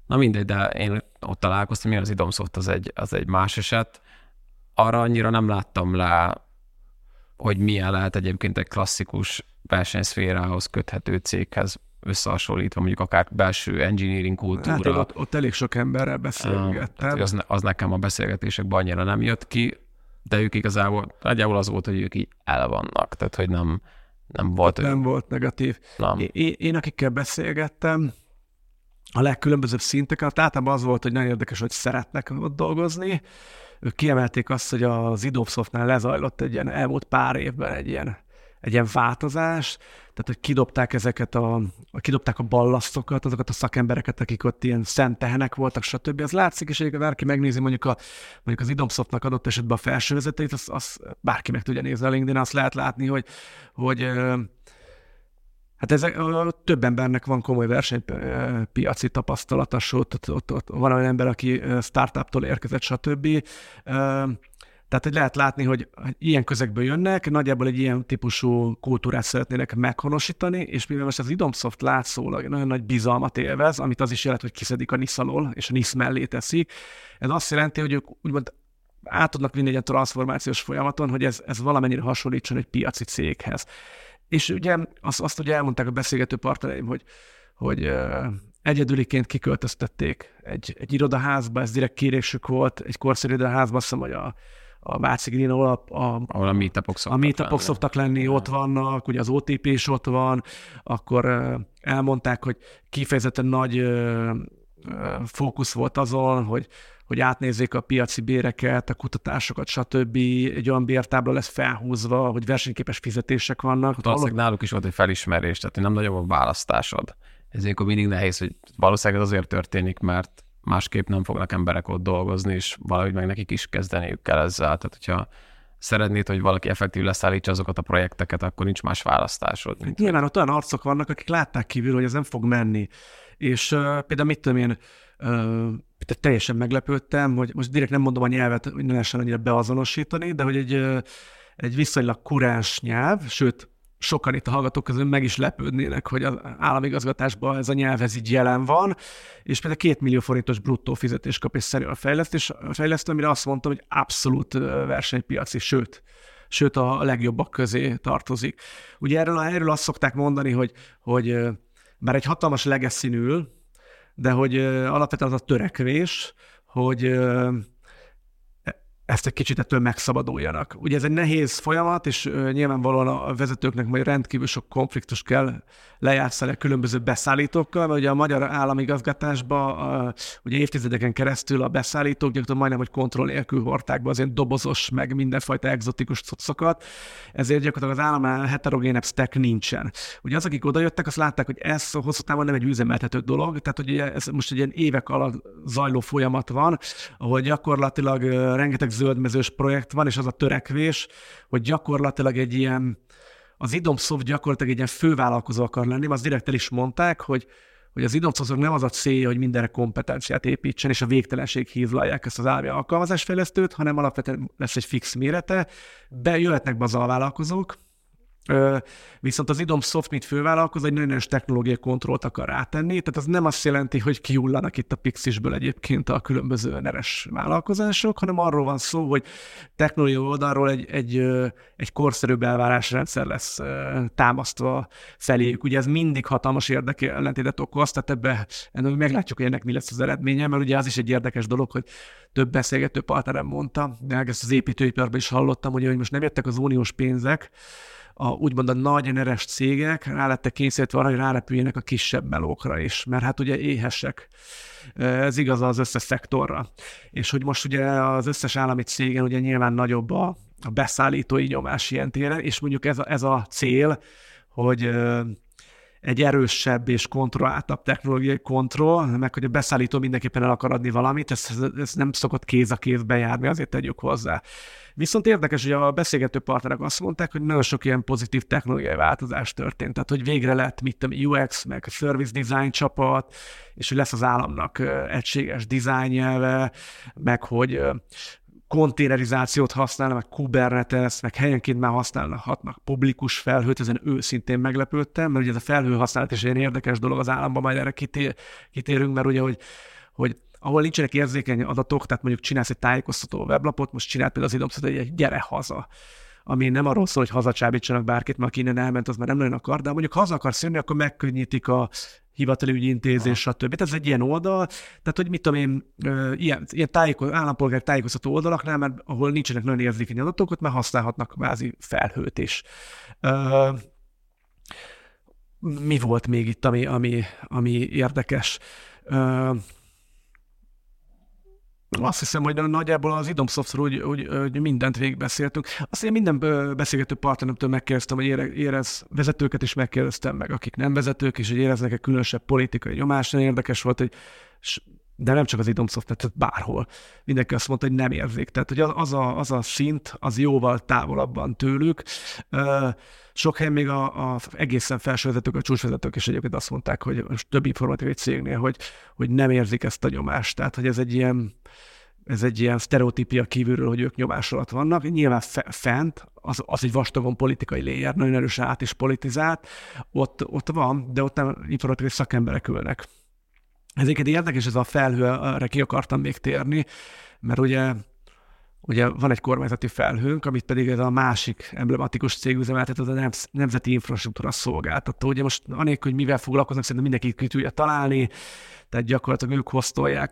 Na mindegy, de én ott találkoztam, az Idomsoft az egy más eset. Arra annyira nem láttam le, hogy milyen lehet egyébként egy klasszikus versenyszférához köthető céghez összehasonlítva, mondjuk akár belső engineering kultúra. Hát ott elég sok emberrel beszélgettem. Az nekem a beszélgetésekben annyira nem jött ki, de ők igazából, nagyjából az volt, hogy ők így el vannak, tehát hogy nem volt. Nem volt negatív. Nem. Én akikkel beszélgettem, a legkülönbözőbb szinteken, általában az volt, hogy nagyon érdekes, hogy szeretnek ott dolgozni. Ők kiemelték azt, hogy az Idomsoftnál lezajlott egy ilyen elmúlt pár évben egy ilyen változás, tehát hogy kidobták a ballasztokat, azokat a szakembereket, akik ott ilyen szent tehenek voltak, stb. Az látszik, és egyébként bárki megnézi mondjuk az Idomsoftnak adott esetben a felső vezetőit, az bárki meg tudja nézni a LinkedIn, azt lehet látni, hogy hát több embernek van komoly versenypiaci tapasztalata, sőt, ott van olyan ember, aki startuptól érkezett, stb. Tehát, hogy lehet látni, hogy ilyen közegből jönnek, nagyjából egy ilyen típusú kultúrát szeretnének meghonosítani, és mivel most az Idomsoft látszólag nagyon nagy bizalmat élvez, amit az is jelent, hogy kiszedik a NISZ alól, és a NISZ mellé teszik, ez azt jelenti, hogy ők úgymond át tudnak vinni egy ilyen transformációs folyamaton, hogy ez valamennyire hasonlítson egy piaci céghez. És ugye azt ugye elmondták a beszélgető partnereim, hogy egyedüliként kiköltöztették egy irodaházba, ez direkt kérésük volt, egy korszerű irodaházba, azt hiszem, hogy a Váci Green, ahol a meetupok szoktak lenni, ott vannak, ugye az OTP is ott van, akkor elmondták, hogy kifejezetten nagy fókusz volt azon, hogy átnézzék a piaci béreket, a kutatásokat, stb. Egy olyan bértábla lesz felhúzva, hogy versenyképes fizetések vannak. Valószínűleg náluk is volt egy felismerés, tehát nem nagyobb a választásod. Ezért mindig nehéz, hogy valószínűleg ez azért történik, mert másképp nem fognak emberek ott dolgozni, és valahogy meg nekik is kezdeniük kell ezzel. Tehát, hogyha szeretnéd, hogy valaki effektív leszállítsa azokat a projekteket, akkor nincs más választásod. Nyilván ott olyan arcok vannak, akik látták kívül, hogy ez nem fog menni. És például mit tudom én, teljesen meglepődtem, hogy most direkt nem mondom a nyelvet, hogy ne lehessen annyira beazonosítani, de hogy egy viszonylag kuráns nyelv, sőt, sokan itt a hallgatók közül meg is lepődnének, hogy az államigazgatásban ez a nyelv ez így jelen van, és például 2 millió forintos bruttó fizetés kap és szerint a fejlesztő, amire azt mondtam, hogy abszolút versenypiaci, sőt a legjobbak közé tartozik. Ugye erről azt szokták mondani, hogy bár egy hatalmas legacy ül, de hogy alapvetően az a törekvés, hogy ezt egy kicsit ettől megszabaduljanak. Ugye ez egy nehéz folyamat, és nyilvánvalóan a vezetőknek majd rendkívül sok konfliktus kell lejátszani a különböző beszállítókkal, mert ugye a magyar államigazgatásban ugye évtizedeken keresztül a beszállítók gyakorlatilag majdnem, hogy kontroll nélkül hordták be az ilyen dobozos, meg mindenfajta egzotikus cuccokat, ezért gyakorlatilag az állam heterogénebb stack nincsen. Ugye az, akik odajöttek, azt látták, hogy ez hosszú távon nem egy üzemeltető dolog, tehát hogy ez most egy ilyen évek alatt zajló folyamat van, ahol gyakorlatilag rengeteg zöldmezős projekt van, és az a törekvés, hogy gyakorlatilag az Idomsoft gyakorlatilag egy ilyen fővállalkozó akar lenni, azt direkt el is mondták, hogy az Idomsoftnak nem az a célja, hogy mindenre kompetenciát építsen, és a végtelenség hívlalják ezt az állami alkalmazásfejlesztőt, hanem alapvetően lesz egy fix mérete, jöhetnek be az alvállalkozók, viszont az Idomsoft, mint fővállalkozó, egy nagyon erős technológiai kontrollt akar rátenni, tehát az nem azt jelenti, hogy kihullanak itt a Pixisből egyébként a különböző neres vállalkozások, hanem arról van szó, hogy technológiai oldalról egy korszerűbb elvárásrendszer lesz támasztva feléjük. Ugye ez mindig hatalmas érdekellentétet okoz, tehát ebben meglátjuk, hogy ennek mi lesz az eredménye, mert ugye az is egy érdekes dolog, hogy több beszélgető partnerem mondta, de ezt az építőiparban is hallottam, hogy most nem jöttek az uniós pénzek, úgymond a nagy neres cégek rá lettek kényszerítve arra, hogy rárepüljenek a kisebb melókra is, mert hát ugye éhesek. Ez igaz az összes szektorra. És hogy most ugye az összes állami cégen ugye nyilván nagyobb a beszállítói nyomás ilyen téren, és mondjuk ez a cél, hogy egy erősebb és kontrolláltabb technológiai kontroll, meg hogy a beszállító mindenképpen el akar adni valamit, ez nem szokott kéz a kézbe járni, azért tegyük hozzá. Viszont érdekes, hogy a beszélgető partnerek azt mondták, hogy nagyon sok ilyen pozitív technológiai változás történt, tehát hogy végre lett UX, meg a service design csapat, és hogy lesz az államnak egységes design nyelve, meg hogy konténerizációt használnak, meg Kubernetes, meg helyenként már használhatnak publikus felhőt, ezen őszintén meglepődtem, mert ugye ez a felhő használat is egy érdekes dolog az államban, majd erre kitérünk, mert ugye, hogy ahol nincsenek érzékeny adatok, tehát mondjuk csinálsz egy tájékoztató weblapot, most csinált például az Idomszot egy gyere haza, ami nem arról szól, hogy hazacsábítsanak bárkit, mert aki innen elment, az már nem nagyon akar, de mondjuk haza akarsz jönni, akkor megkönnyítik a hivatali ügyintézés, stb. Ez egy ilyen oldal, tehát hogy mit tudom én, ilyen állampolgári tájékoztató oldalaknál, mert ahol nincsenek nagyon érzékeny adatok, ott már használhatnak kvázi felhőt is. Mi volt még itt, ami érdekes? Azt hiszem, hogy nagyjából az Idomsoftról úgy mindent végigbeszéltünk. Azt én minden beszélgető partneremtől megkérdeztem, hogy érez vezetőket is megkérdeztem meg, akik nem vezetők, és hogy éreznek-e különösebb politikai nyomást. Nagyon érdekes volt, hogy de nem csak az Idomsoft, tehát bárhol. Mindenki azt mondta, hogy nem érzik. Tehát, hogy az a szint, az jóval távolabban tőlük. Sok helyen még az egészen felső vezetők, a csúcsvezetők is egyébként azt mondták, hogy most több informatikai cégnél, hogy nem érzik ezt a nyomást. Tehát, hogy ez egy ilyen sztereotípia kívülről, hogy ők nyomás alatt vannak. Nyilván fent, az egy vastagon politikai layer, nagyon erősen át is politizált. Ott van, de ott nem informatikai szakemberek ülnek. Ezeket érdekes, ez a felhő, arra ki akartam még térni, mert ugye van egy kormányzati felhőnk, amit pedig ez a másik emblematikus cég üzemeltet, az a Nemzeti Infrastruktúra Szolgáltató. Ugye most anélkül, hogy mivel foglalkoznak, szerintem mindenki ki tudja találni, tehát gyakorlatilag ők hoztolják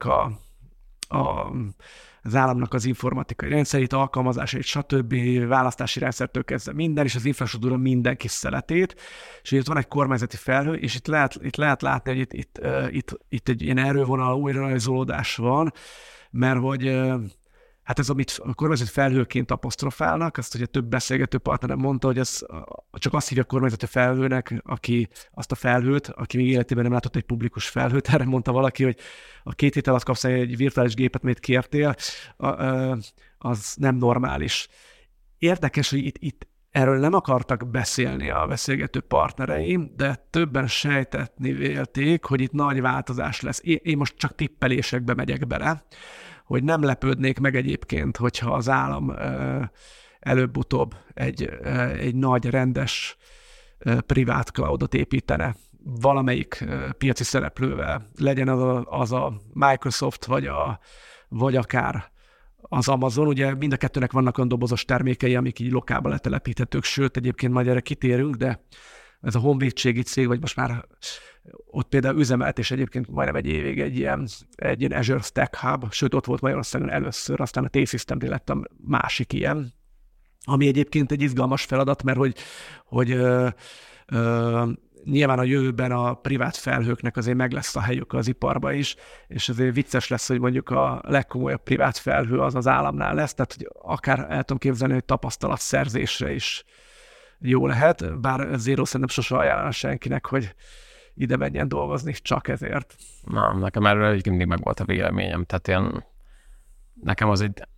az államnak az informatikai rendszerét, alkalmazásait, stb. Választási rendszertől kezdve minden, és az infrastruktúra minden kis szeletét, és itt van egy kormányzati felhő, és itt lehet látni, hogy itt egy ilyen erővonal, újrarajzolódás van, mert hogy hát ez, amit a kormányzati felhőként apostrofálnak, azt ugye több beszélgető partnerem mondta, hogy ez csak azt hívja a kormányzati felhőnek, aki azt a felhőt, aki még életében nem látott egy publikus felhőt, erre mondta valaki, hogy a 2 hét alatt kapsz egy virtuális gépet, amit kértél, az nem normális. Érdekes, hogy itt erről nem akartak beszélni a beszélgető partnereim, de többen sejtetni vélték, hogy itt nagy változás lesz. Én most csak tippelésekbe megyek bele, hogy nem lepődnék meg egyébként, hogyha az állam előbb-utóbb egy nagy, rendes privát cloudot építene valamelyik piaci szereplővel. Legyen az a Microsoft, vagy akár az Amazon. Ugye mind a kettőnek vannak olyan dobozos termékei, amik így lokálban letelepíthetők, sőt, egyébként majd erre kitérünk, de ez a honvédségi cég, vagy most már ott például üzemelt, és egyébként majdnem egy évig egy ilyen Azure Stack Hub, sőt, ott volt Magyarországon először, aztán a T-Systemnél lett a másik ilyen, ami egyébként egy izgalmas feladat, mert hogy nyilván a jövőben a privát felhőknek azért meg lesz a helyük az iparba is, és azért vicces lesz, hogy mondjuk a legkomolyabb privát felhő az államnál lesz, tehát hogy akár el tudom képzelni, hogy tapasztalatszerzésre is jó lehet, bár Zero szerintem sose ajánlana senkinek, hogy ide menjen dolgozni, csak ezért. Na, nekem erről egyébként mindig meg volt a véleményem, tehát nekem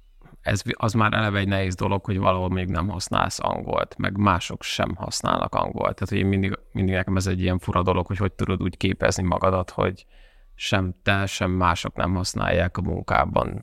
az már eleve egy nehéz dolog, hogy valahol még nem használsz angolt, meg mások sem használnak angolt. Tehát, hogy mindig nekem ez egy ilyen fura dolog, hogy tudod úgy képezni magadat, hogy sem te, sem mások nem használják a munkában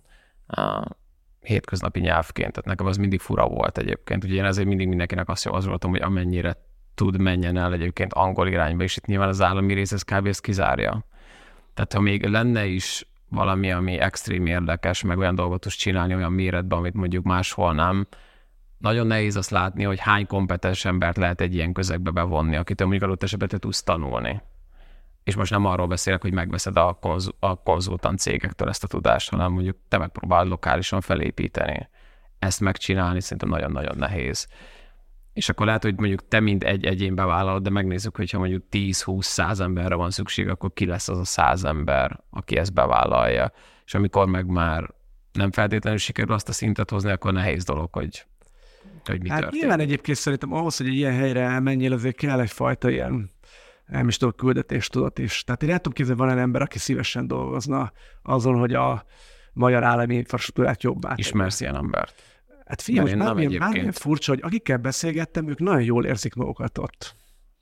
hétköznapi nyelvként. Tehát nekem az mindig fura volt egyébként. Ugye én ezért mindig mindenkinek azt javasoltam, hogy amennyire tud, menjen el egyébként angol irányba, és itt nyilván az állami rész ez kb. Ezt kizárja. Tehát ha még lenne is valami, ami extrém érdekes, meg olyan dolgot tudsz csinálni olyan méretben, amit mondjuk máshol nem, nagyon nehéz azt látni, hogy hány kompetens embert lehet egy ilyen közegbe bevonni, akitől mondjuk adott esetben te tudsz tanulni. És most nem arról beszélek, hogy megveszed a konzultant cégektől ezt a tudást, hanem mondjuk te megpróbálod lokálisan felépíteni. Ezt megcsinálni szerintem nagyon-nagyon nehéz. És akkor lehet, hogy mondjuk te mind egy egyén bevállalod, de megnézzük, hogyha mondjuk 10-20-100 emberre van szükség, akkor ki lesz az a 100 ember, aki ezt bevállalja. És amikor meg már nem feltétlenül sikerül azt a szintet hozni, akkor nehéz dolog, hogy mi történik. Nyilván egyébként szerintem ahhoz, hogy egy ilyen helyre elmenjél, azért kell egyfajta ilyen nem is tudok küldetéstudat is. Tehát én el tudom képzelni, van egy ember, aki szívesen dolgozna azon, hogy a magyar állami infrastruktúrát jobbá. Ismersz ilyen embert? Hát figyelj, most bármilyen furcsa, hogy akikkel beszélgettem, ők nagyon jól érzik magukat ott.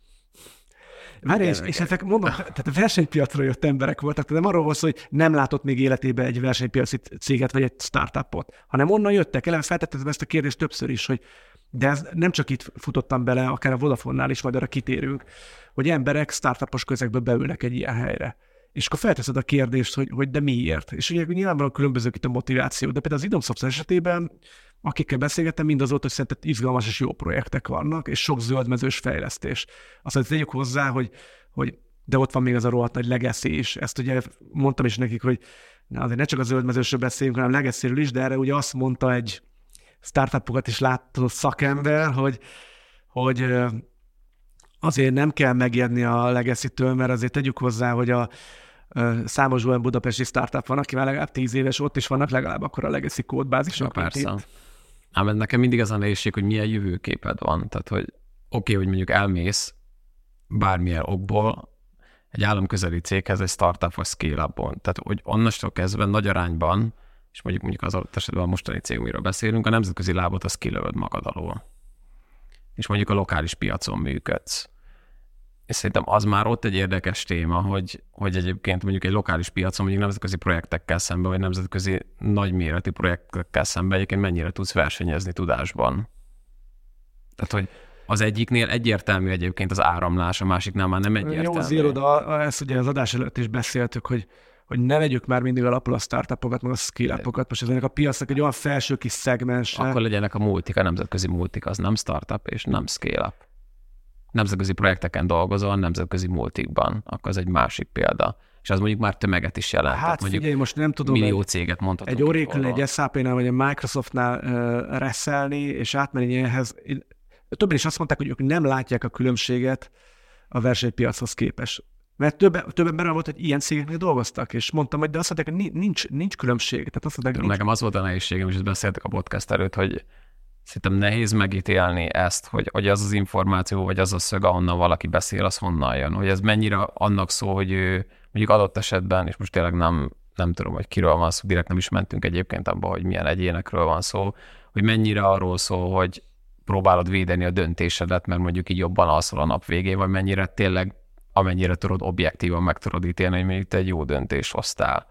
Várj, és ezek mondom, tehát a versenypiacra jött emberek voltak, tehát nem arról volt szó, hogy nem látott még életében egy versenypiaci céget, vagy egy startupot, hanem onnan jöttek. Eleve feltettem ezt a kérdést többször is, hogy de ez nem csak itt futottam bele, akár a Vodafone-nál is, majd arra kitérünk, hogy emberek startupos közegből beülnek egy ilyen helyre. És akkor felteszed a kérdést, hogy de miért? És ugye nyilvánvalóan különbözők itt a motiváció, de például az Idomsoft esetében, akikkel beszélgettem, mindazóta, hogy szerintem izgalmas és jó projektek vannak, és sok zöldmezős fejlesztés. Azt tegyük hozzá, hogy de ott van még az a rohadt nagy legacy is. Ezt ugye mondtam is nekik, hogy azért ne csak a zöldmezősről beszéljünk, hanem legacyről is, de erre ugye azt mondta egy startupokat is látó szakember, hogy azért nem kell megijedni a legacy-től, mert azért tegyük hozzá, hogy a számos olyan budapesti startup van, aki már legalább 10 éves, ott is vannak legalább akkor a legacy kódbázisok. Persze. Ám nekem mindig az a nehézség, hogy milyen jövőképed van. Tehát, hogy oké, hogy mondjuk elmész bármilyen okból egy államközeli céghez, egy startup vagy scale-upon. Tehát, hogy onnastól kezdve nagy arányban, és mondjuk az adott esetben a mostani cég, amiről beszélünk, a nemzetközi lábot az kilövöd magad alól. És mondjuk a lokális piacon működsz. És szerintem az már ott egy érdekes téma, hogy egyébként mondjuk egy lokális piacon, mondjuk nemzetközi projektekkel szemben, vagy nemzetközi nagyméretű projektekkel szemben egyébként mennyire tudsz versenyezni tudásban. Tehát, hogy az egyiknél egyértelmű egyébként az áramlás, a másiknál már nem egyértelmű. Jó, az iroda, ezt ugye az adás előtt is beszéltük, hogy ne vegyük már mindig alapul a startupokat, meg a scale-upokat. Most ennek a piacnak egy olyan felső kis szegmense. Akkor legyenek a multik, a nemzetközi multik, az nem startup és nem scale-up. Nemzetközi projekteken dolgozol, nemzetközi multikban, akkor az egy másik példa. És az mondjuk már tömeget is jelent. Hát figyelj, most nem tudom, millió céget mondhatunk. Egy Oracle, egy SAP-nál, vagy egy Microsoftnál reszelni, és átmenni ehhez. Többen is azt mondták, hogy ők nem látják a különbséget a versenypiachoz képest. Mert több ember volt, hogy ilyen cégeknél dolgoztak, és mondtam, hogy de azt mondták, hogy nincs különbség. Tehát azt mondták, nekem az volt a nehézségem, és ezt beszéltek a podcast előtt, hogy szerintem nehéz megítélni ezt, hogy az az információ, vagy az a szög, ahonnan valaki beszél, az honnan jön. Hogy ez mennyire annak szól, hogy ő mondjuk adott esetben, és most tényleg nem tudom, hogy kiről van szó, direkt nem is mentünk egyébként abba, hogy milyen egyénekről van szó, hogy mennyire arról szól, hogy próbálod védeni a döntésedet, mert mondjuk így jobban alszol a nap végén, vagy mennyire tényleg, amennyire tudod objektívan meg tudod ítélni, hogy mondjuk te egy jó döntést hoztál.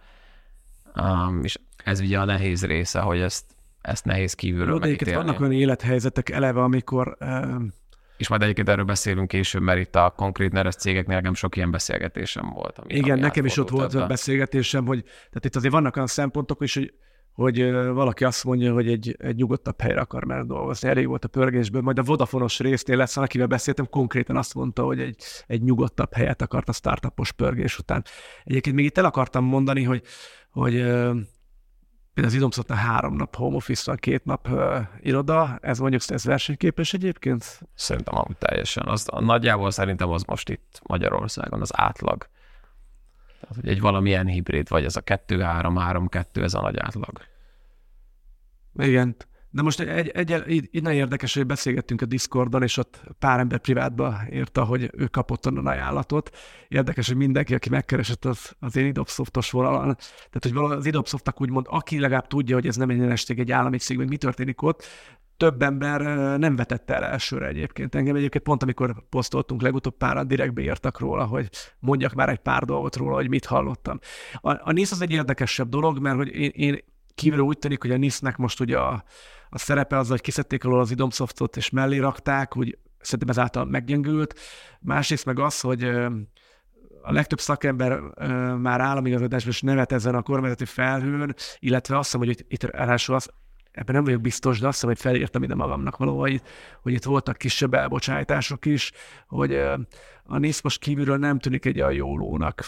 És ez ugye a nehéz része, hogy ezt nehéz kívülről megítélni. Vannak olyan élethelyzetek eleve, amikor... És majd egyébként erről beszélünk később, mert itt a konkrét neres cégeknél nekem sok ilyen beszélgetésem volt. Igen, nekem is ott volt a beszélgetésem, hogy tehát itt azért vannak olyan szempontok is, hogy valaki azt mondja, hogy egy nyugodtabb helyre akar már dolgozni. Elég volt a pörgésből, majd a Vodafone-os résznél lesz, akivel beszéltem, konkrétan azt mondta, hogy egy nyugodtabb helyet akart a startupos pörgés után. Egyébként még itt el akartam mondani, hogy például az Idomsoftnál 3 nap home office van, 2 nap iroda, ez mondjuk ez versenyképes egyébként? Szerintem amúgy teljesen. Nagyjából szerintem az most itt Magyarországon az átlag. Tehát, hogy egy valamilyen hibrid, vagy ez a 2-3-3-2, ez a nagy átlag. Igen. De most innen érdekes, hogy beszélgettünk a Discordon, és ott pár ember privátba írta, hogy ő kapott onnan ajánlatot. Érdekes, hogy mindenki, aki megkeresett az én Idomsoftos vonalon, tehát hogy az Idomsoftnak úgymond, aki legalább tudja, hogy ez nem egy nyereség, egy állami cég, hogy mi történik ott, több ember nem vetette el elsőre egyébként. Engem egyébként pont, amikor posztoltunk legutóbb, páran direktbe írtak róla, hogy mondjak már egy pár dolgot róla, hogy mit hallottam. A NISZ az egy érdekesebb dolog, mert hogy én kívülről úgy tűnik, hogy a NISZ-nek most ugye a szerepe az, hogy kiszedték alól az Idomsoftot és mellé rakták, úgy szerintem ezáltal meggyengült. Másrészt meg az, hogy a legtöbb szakember már államigazgatásban is nevet ezen a kormányzati felhőn, illetve azt hiszem, hogy itt ráadásul ebben nem vagyok biztos, de azt hiszem, hogy felírtam ide magamnak valahol, hogy itt voltak kisebb elbocsátások is, hogy a NISZ most kívülről nem tűnik egy olyan jó lónak.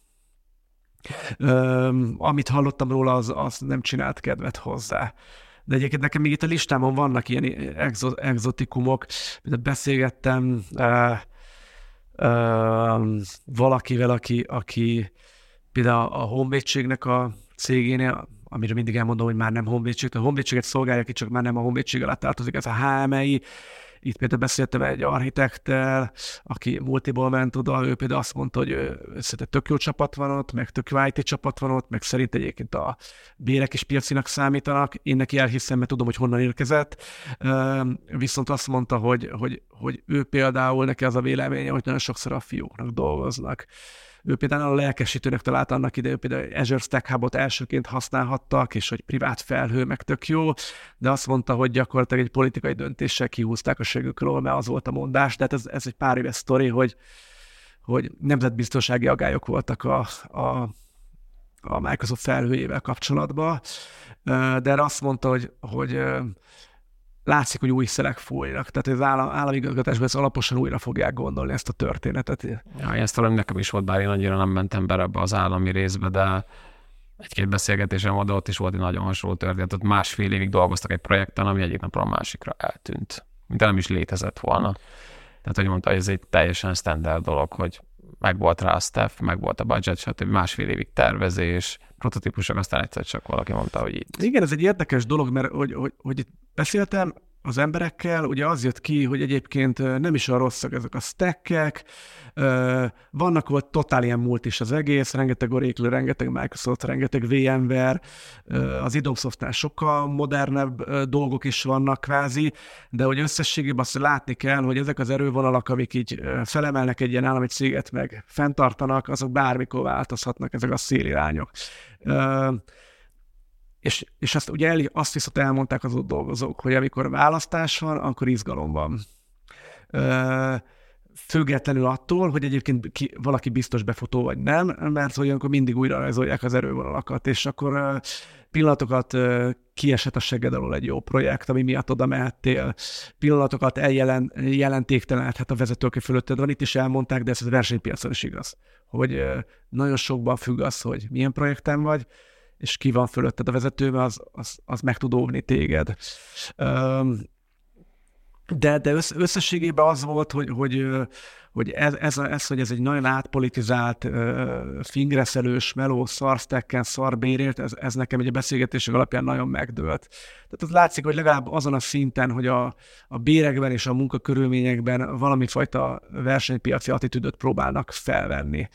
Amit hallottam róla, az nem csinált kedvet hozzá. De egyébként nekem még itt a listámon vannak ilyen exotikumok, mint beszélgettem valakivel, aki például a honvédségnek a cégénél, amire mindig elmondom, hogy már nem honvédség, a honvédséget szolgálja ki, csak már nem a honvédség alá tartozik, ez a HMI. Itt például beszéltem egy architekttel, aki multiból ment oda, ő például azt mondta, hogy szerintem tök jó csapat van ott, meg tök jó IT csapat van ott, meg szerint egyébként a bérek is piacinak számítanak. Én neki elhiszem, mert tudom, hogy honnan érkezett. Viszont azt mondta, hogy ő például neki az a véleménye, hogy nagyon sokszor a fiúknak dolgoznak. Ő például a lelkesítőnek talált annak idején, például Azure Stack Hubot elsőként használhattak, és hogy privát felhő meg tök jó, de azt mondta, hogy gyakorlatilag egy politikai döntéssel kihúzták a segükről, mert az volt a mondás. Tehát ez egy pár éves sztori, hogy nemzetbiztonsági aggályok voltak a Microsoft felhőjével kapcsolatban, de erre azt mondta, hogy látszik, hogy új szelek fújnak, tehát az állami igazgatásban ezt alaposan újra fogják gondolni ezt a történetet. Ja, ezt talán nekem is volt, bár én annyira nem mentem be ebbe az állami részbe, de egy-két beszélgetésem oda, ott is volt egy nagyon hasonló történet, ott másfél évig dolgoztak egy projekten, ami egyik napról a másikra eltűnt, mint nem is létezett volna. Tehát, hogy mondta, hogy ez egy teljesen standard dolog, hogy meg volt rá a staff, meg volt a budget, stb. Másfél évig tervezés, prototípusok, aztán egyszer csak valaki mondta, hogy itt. Igen, ez egy érdekes dolog, mert hogy beszéltem az emberekkel, ugye az jött ki, hogy egyébként nem is a rosszak ezek a stackek, vannak ott totál ilyen múlt is az egész, rengeteg Oracle, rengeteg Microsoft, rengeteg VMware, az Adobe-Softnál sokkal modernebb dolgok is vannak kvázi, de hogy összességében azt látni kell, hogy ezek az erővonalak, amik így felemelnek egy ilyen állami céget, meg fenntartanak, azok bármikor változhatnak, ezek a szélirányok. És azt ugye azt viszont elmondták az ott dolgozók, hogy amikor választás van, akkor izgalom van. Függetlenül attól, hogy egyébként valaki biztos befutó vagy nem, mert olyankor mindig újra rajzolják az erővonalakat, és akkor pillanatokat kiesett a segged alól egy jó projekt, ami miatt oda mehettél, pillanatokat jelentéktelenedhet a vezetők fölötted van, itt is elmondták, de ez a versenypiacon is igaz, hogy nagyon sokban függ az, hogy milyen projekten vagy, és ki van fölötted a vezetőben, az meg tud óvni téged. De összességében az volt, hogy ez egy nagyon átpolitizált, fingreszelős, meló, szarsztekken, szarbérért, ez nekem egy beszélgetések alapján nagyon megdőlt. Tehát az látszik, hogy legalább azon a szinten, hogy a bérekben és a munkakörülményekben valami fajta versenypiaci attitűdöt próbálnak felvenni.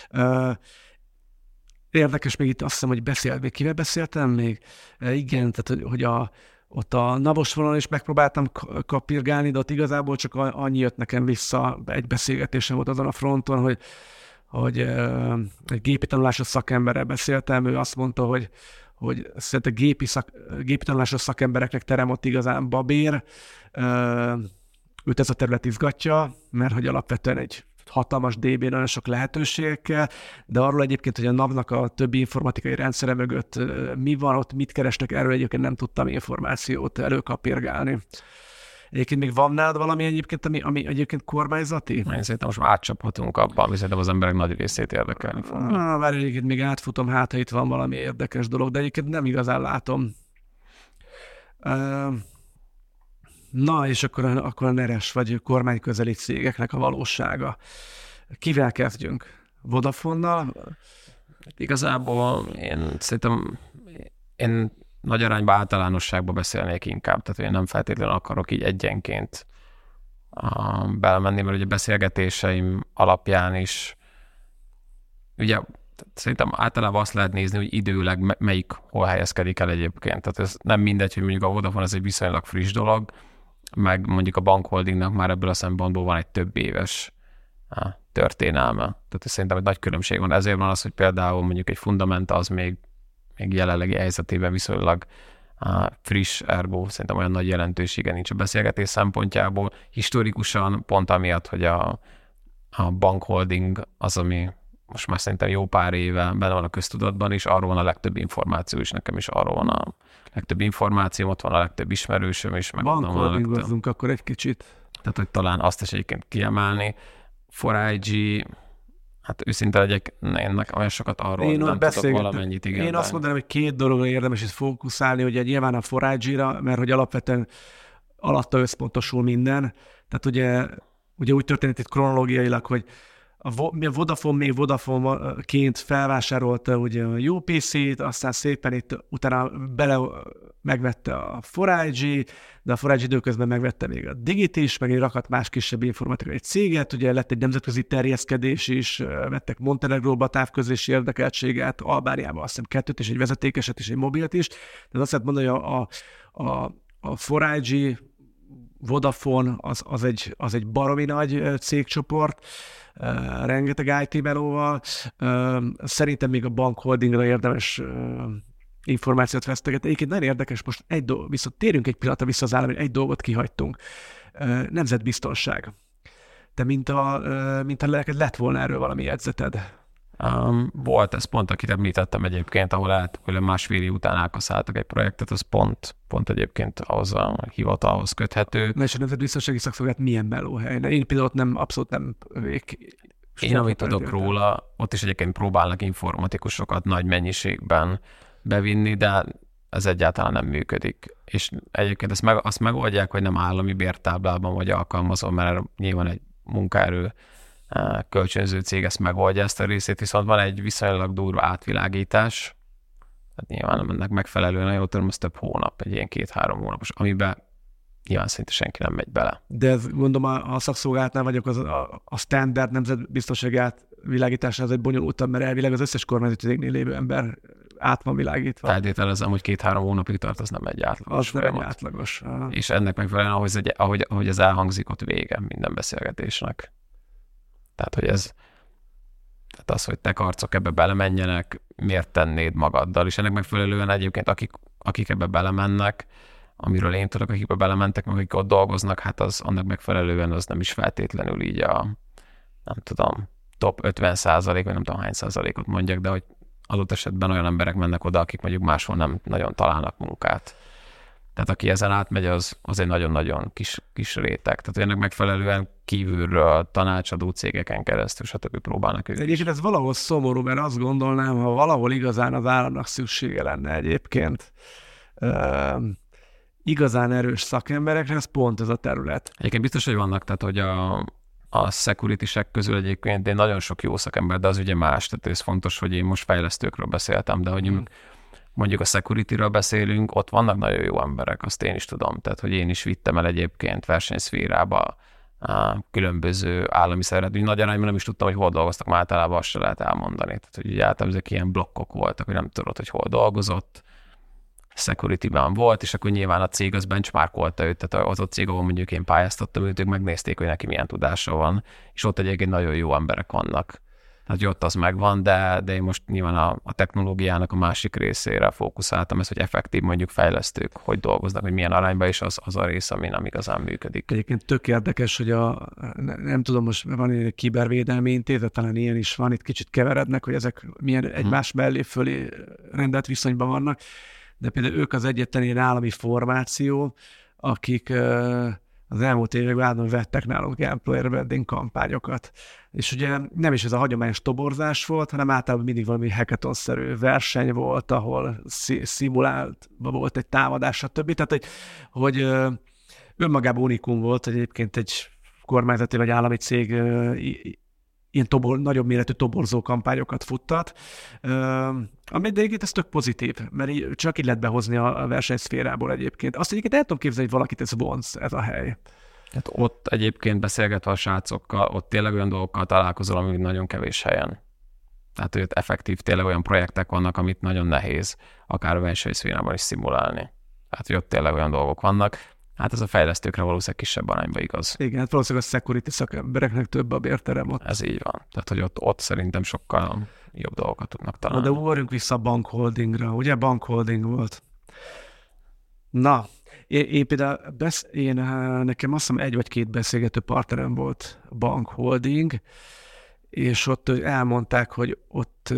Érdekes, még itt azt hiszem, hogy kivel beszéltem még? Igen, tehát hogy ott a navos vonalon is megpróbáltam kapirgálni, de ott igazából csak annyi jött nekem vissza, egy beszélgetésem volt azon a fronton, hogy egy gépi tanulásos szakemberrel beszéltem, ő azt mondta, hogy szerintem gépi tanulásos szakembereknek terem ott igazán babér, őt ez a terület izgatja, mert hogy alapvetően egy hatalmas DB, nagyon sok lehetőségekkel, de arról egyébként, hogy a NAV-nak a többi informatikai rendszere mögött mi van, ott mit keresnek, erről egyébként nem tudtam információt előkapirgálni. Egyébként még van nálad valami egyébként, ami egyébként kormányzati? Én szerintem most már átcsaphatunk abban, ami szerintem az emberek nagy részét érdekelni fog. Várj, egyébként még átfutom, ha itt van valami érdekes dolog, de egyébként nem igazán látom. Na, és akkor a neres vagy kormányközeli cégeknek a valósága. Kivel kezdjünk? Vodafonnal? Igazából én nagy arányban általánosságban beszélnék inkább, tehát én nem feltétlenül akarok így egyenként belemenni, mert ugye beszélgetéseim alapján is ugye szerintem általában azt lehet nézni, hogy időleg melyik hol helyezkedik el egyébként. Tehát ez nem mindegy, hogy mondjuk a Vodafone ez egy viszonylag friss dolog, meg mondjuk a bankholdingnak már ebből a szempontból van egy több éves történelme. Tehát szerintem egy nagy különbség van. Ezért van az, hogy például mondjuk egy Fundamenta az még jelenlegi helyzetében viszonylag friss, ergo szerintem olyan nagy jelentősége nincs a beszélgetés szempontjából. Historikusan pont amiatt, hogy a bankholding az, ami most már szerintem jó pár éve benne van a köztudatban is, arról van a legtöbb információ is, nekem is arról van a legtöbb információm, ott van a legtöbb ismerősöm is. Bankholdingozzunk akkor egy kicsit. Tehát, hogy talán azt is egyébként kiemelni. 4IG, hát őszinte legyek, én olyan sokat arról nem tudok valamennyit. Igen, én azt mondanám, hogy két dologra érdemes is fókuszálni, ugye nyilván a 4IG-ra, mert hogy alapvetően alatta összpontosul minden. Tehát ugye úgy történt itt kronológiailag, hogy a Vodafone még Vodafone-ként felvásárolta ugye a UPC-t, aztán szépen itt utána megvette a 4IG, de a 4IG időközben megvette még a Digit is, meg egy rakat más kisebb informatikai céget, ugye lett egy nemzetközi terjeszkedés is, vettek Montenegróba távközlési érdekeltséget, Albániába azt hiszem 2 és egy vezetékeset és egy mobilt is. Tehát azt lehet mondani, hogy a 4IG Vodafone az egy baromi nagy cégcsoport, rengeteg IT melóval. Szerintem még a bankholdingra érdemes információt vesztegetni. Egyébként nagyon érdekes, most viszont térjünk egy pillanatra vissza az államra, egy dolgot kihagytunk. Nemzetbiztonság. Te mint a lett volna erről valami jegyzeted? Volt, ez pont, akit említettem egyébként, ahol másfél év után elkaszáltak egy projektet, az pont egyébként ahhoz a hivatalhoz köthető. Na és a Nemzetbiztonsági Szakszolgálat milyen melóhely? Én például abszolút nem... Én amit tudok róla, ott is egyébként próbálnak informatikusokat nagy mennyiségben bevinni, de ez egyáltalán nem működik. És egyébként azt megoldják, hogy nem állami bértáblában vagy alkalmazó, mert nyilván egy munkaerő kölcsönző cég ezt megoldja ezt a részét, viszont van egy viszonylag durva átvilágítás, tehát nyilván ennek megfelelően, jól tudom, az több hónap, egy ilyen 2-3 hónapos, amiben nyilván szinte senki nem megy bele. De ez, gondolom a szakszolgálatnál vagyok, a standard nemzetbiztonsági átvilágításnál az egy bonyolultabb, mert elvileg az összes kormányzati cégnél lévő ember át van világítva. Feltételezem, hogy 2-3 hónapig tart, az nem egy átlagos folyamat. Nem egy átlagos. És ennek megfelelően, ahogy ez elhangzik, ott vége minden beszélgetésnek. Tehát, tehát az, hogy te karcok ebbe belemenjenek, miért tennéd magaddal, és ennek megfelelően egyébként akik ebbe belemennek, amiről én tudok, akik ebbe belementek, meg akik ott dolgoznak, hát annak megfelelően az nem is feltétlenül így nem tudom, top 50%, vagy nem tudom hány százalékot mondjak, de hogy adott esetben olyan emberek mennek oda, akik mondjuk máshol nem nagyon találnak munkát. Tehát aki ezen átmegy, az egy nagyon-nagyon kis réteg. Tehát ennek megfelelően kívülről tanácsadó cégeken keresztül, stb. Próbálnak ők. Egyébként ez valahol szomorú, mert azt gondolnám, ha valahol igazán az államnak szüksége lenne egyébként igazán erős szakemberekre, ez pont ez a terület. Egyébként biztos, hogy vannak, tehát hogy a security-sek közül egyébként én nagyon sok jó szakember, de az ugye más, tehát ez fontos, hogy én most fejlesztőkről beszéltem, de hogy mondjuk a security-ről beszélünk, ott vannak nagyon jó emberek, azt én is tudom, tehát hogy én is vittem el egyébként versenyszférába különböző állami szervet, úgy nagy arányban nem is tudtam, hogy hol dolgoztak, már általában azt se lehet elmondani. Tehát hogy ugye általában ezek ilyen blokkok voltak, hogy nem tudod, hogy hol dolgozott, security-ben volt, és akkor nyilván a cég az benchmarkolta őt, tehát az a cég, ahol mondjuk én pályáztattam őt, ők megnézték, hogy neki milyen tudása van, és ott egyébként nagyon jó emberek vannak. Tehát ott az megvan, de én most nyilván a technológiának a másik részére fókuszáltam, ez, hogy effektív mondjuk fejlesztők, hogy dolgoznak, hogy milyen arányban, és az a rész, ami nem igazán működik. Egyébként tök érdekes, hogy nem tudom, most van egy kibervédelmi intézet, talán ilyen is van, itt kicsit keverednek, hogy ezek milyen egymás mellé fölé rendelt viszonyban vannak, de például ők az egyetlen ilyen állami formáció, akik az elmúlt években állandóan vettek nálunk employer branding kampányokat. És ugye nem is ez a hagyományos toborzás volt, hanem általában mindig valami hackathon-szerű verseny volt, ahol szimuláltva volt egy támadás, stb. Tehát, hogy önmagában unikum volt, hogy egyébként egy kormányzati vagy állami cég ilyen nagyobb méretű toborzó kampányokat futtat, ami egyébként ez tök pozitív, mert csak így lehet behozni a versenyszférából egyébként. Azt egyébként el tudom képzelni, hogy valakit ez vonz, ez a hely. Hát ott egyébként beszélgetve a srácokkal, ott tényleg olyan dolgokkal találkozol, ami nagyon kevés helyen. Tehát, hogy ott effektív tényleg olyan projektek vannak, amit nagyon nehéz akár a versenyszférában is szimulálni. Tehát, hogy ott tényleg olyan dolgok vannak. Hát ez a fejlesztőkre valószínűleg kisebb arányban igaz. Igen, hát valószínűleg a security szakembereknek több a bérterem ott. Ez így van. Tehát, hogy ott szerintem sokkal jobb dolgokat tudnak találni. De ugorjunk vissza a bankholdingra. Ugye bankholding volt? Na, én például nekem azt hiszem 1 vagy 2 beszélgető partnerem volt bankholding, és ott elmondták, hogy ott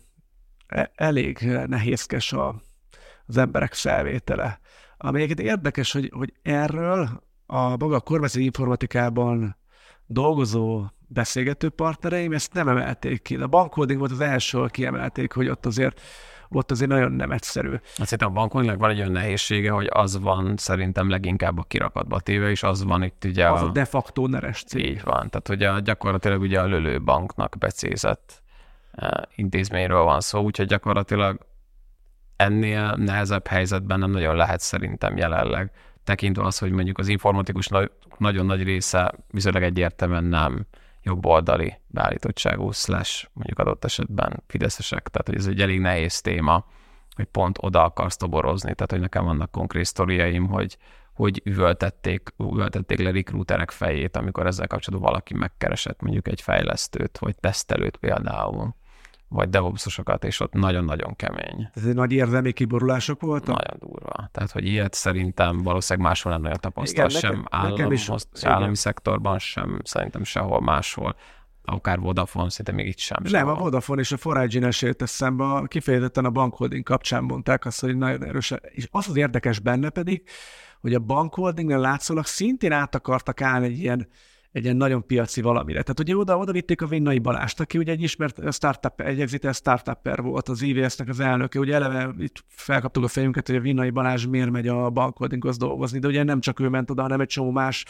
elég nehézkes az emberek felvétele. Ami egyébként érdekes, hogy erről a maga kormányzati informatikában dolgozó beszélgető partnereim ezt nem emelték ki. A bankholding volt az első, ahol kiemelték, hogy ott azért nagyon nem egyszerű. Hát szerintem a bankholdingnak van egy olyan nehézsége, hogy az van szerintem leginkább a kirakatba téve, és az van itt ugye az a de facto neres cég. Így van, tehát ugye gyakorlatilag ugye a Lölő banknak becézett intézményről van szó, úgyhogy gyakorlatilag ennél nehezebb helyzetben nem nagyon lehet szerintem jelenleg, tekintve az, hogy mondjuk az informatikus nagyon nagy része viszonylag egyértelműen nem jobboldali beállítottságú / mondjuk adott esetben fideszesek, tehát hogy ez egy elég nehéz téma, hogy pont oda akarsz toborozni, tehát hogy nekem vannak konkrét sztoriaim, hogy üvöltették le recruiterek fejét, amikor ezzel kapcsolatban valaki megkeresett mondjuk egy fejlesztőt, vagy tesztelőt például, vagy DevOps-osokat, és ott nagyon-nagyon kemény. Ez egy nagy érzelmi kiborulások voltak? Nagyon durva. Tehát, hogy ilyet szerintem valószínűleg máshol nem nagyon tapasztal, sem állami szektorban, sem szerintem sehol máshol. Akár Vodafone, szerintem még itt sem. Nem, a Vodafone és a Forage-in esett eszembe, kifejezetten a bankholding kapcsán mondták azt, hogy nagyon erősen. És az érdekes benne pedig, hogy a bankholdingnál látszólag szintén át akartak állni egy ilyen nagyon piaci valamire. Tehát ugye oda vitték a Vinnai Balást, aki ugye egy ismert startup, egy exites startupper volt, az IVS-nek az elnöke. Ugye eleve itt felkaptuk a fejünket, hogy a Vinnai Balázs miért megy a bankholdinghoz dolgozni, de ugye nem csak ő ment oda, hanem egy csomó más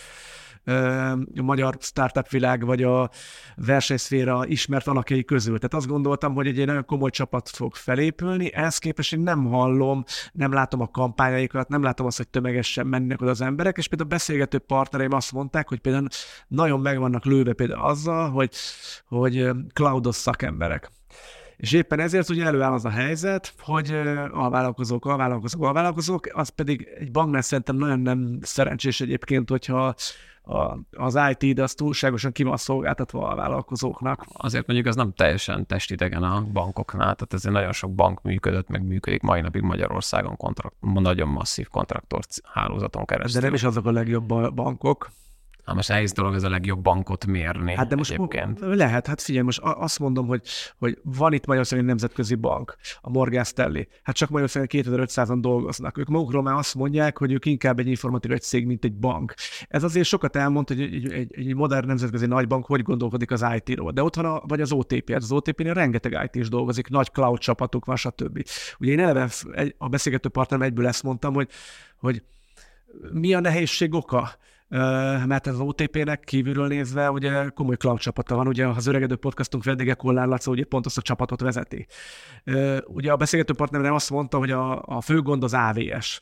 a magyar startup világ, vagy a versenyszféra ismert alakjai közül. Tehát azt gondoltam, hogy egy nagyon komoly csapat fog felépülni, ehhez képest én nem hallom, nem látom a kampányaikat, nem látom azt, hogy tömegesen mennek oda az emberek, és például a beszélgető partnereim azt mondták, hogy például nagyon meg vannak lőve például azzal, hogy cloudos szakemberek. És éppen ezért ugye előáll az a helyzet, hogy alvállalkozók, az pedig egy banknál szerintem nagyon nem szerencsés egyébként, hogyha az IT, de az túlságosan ki van szolgáltatva a vállalkozóknak. Azért mondjuk az nem teljesen testidegen a bankoknál, tehát ezért nagyon sok bank működött, meg működik mai napig Magyarországon nagyon masszív kontraktor hálózaton keresztül. De nem is azok a legjobb bankok. Hát most nehéz dolog ez a legjobb bankot mérni. Hát de most egyébként. Lehet, hát figyelj, most azt mondom, hogy van itt Magyarországon egy nemzetközi bank, a Morgan Stanley. Hát csak Magyarországon 2500-an dolgoznak. Ők magukról már azt mondják, hogy ők inkább egy informatikai cég, mint egy bank. Ez azért sokat elmond, hogy egy modern nemzetközi nagybank hogy gondolkodik az IT-ról. De ott van vagy az OTP. Hát az OTP-nél rengeteg IT is dolgozik, nagy cloud csapatuk van, stb. Ugye én eleve a beszélgető partnerem egyből ezt mondtam, hogy mi a nehézség oka? Mert ez az OTP-nek kívülről nézve ugye komoly cloud csapata van, ugye az öregedő podcastunk vendége Kollár Laca ugye pont azt a csapatot vezeti. Ugye a beszélgető partnerem azt mondta, hogy a fő gond az AVS,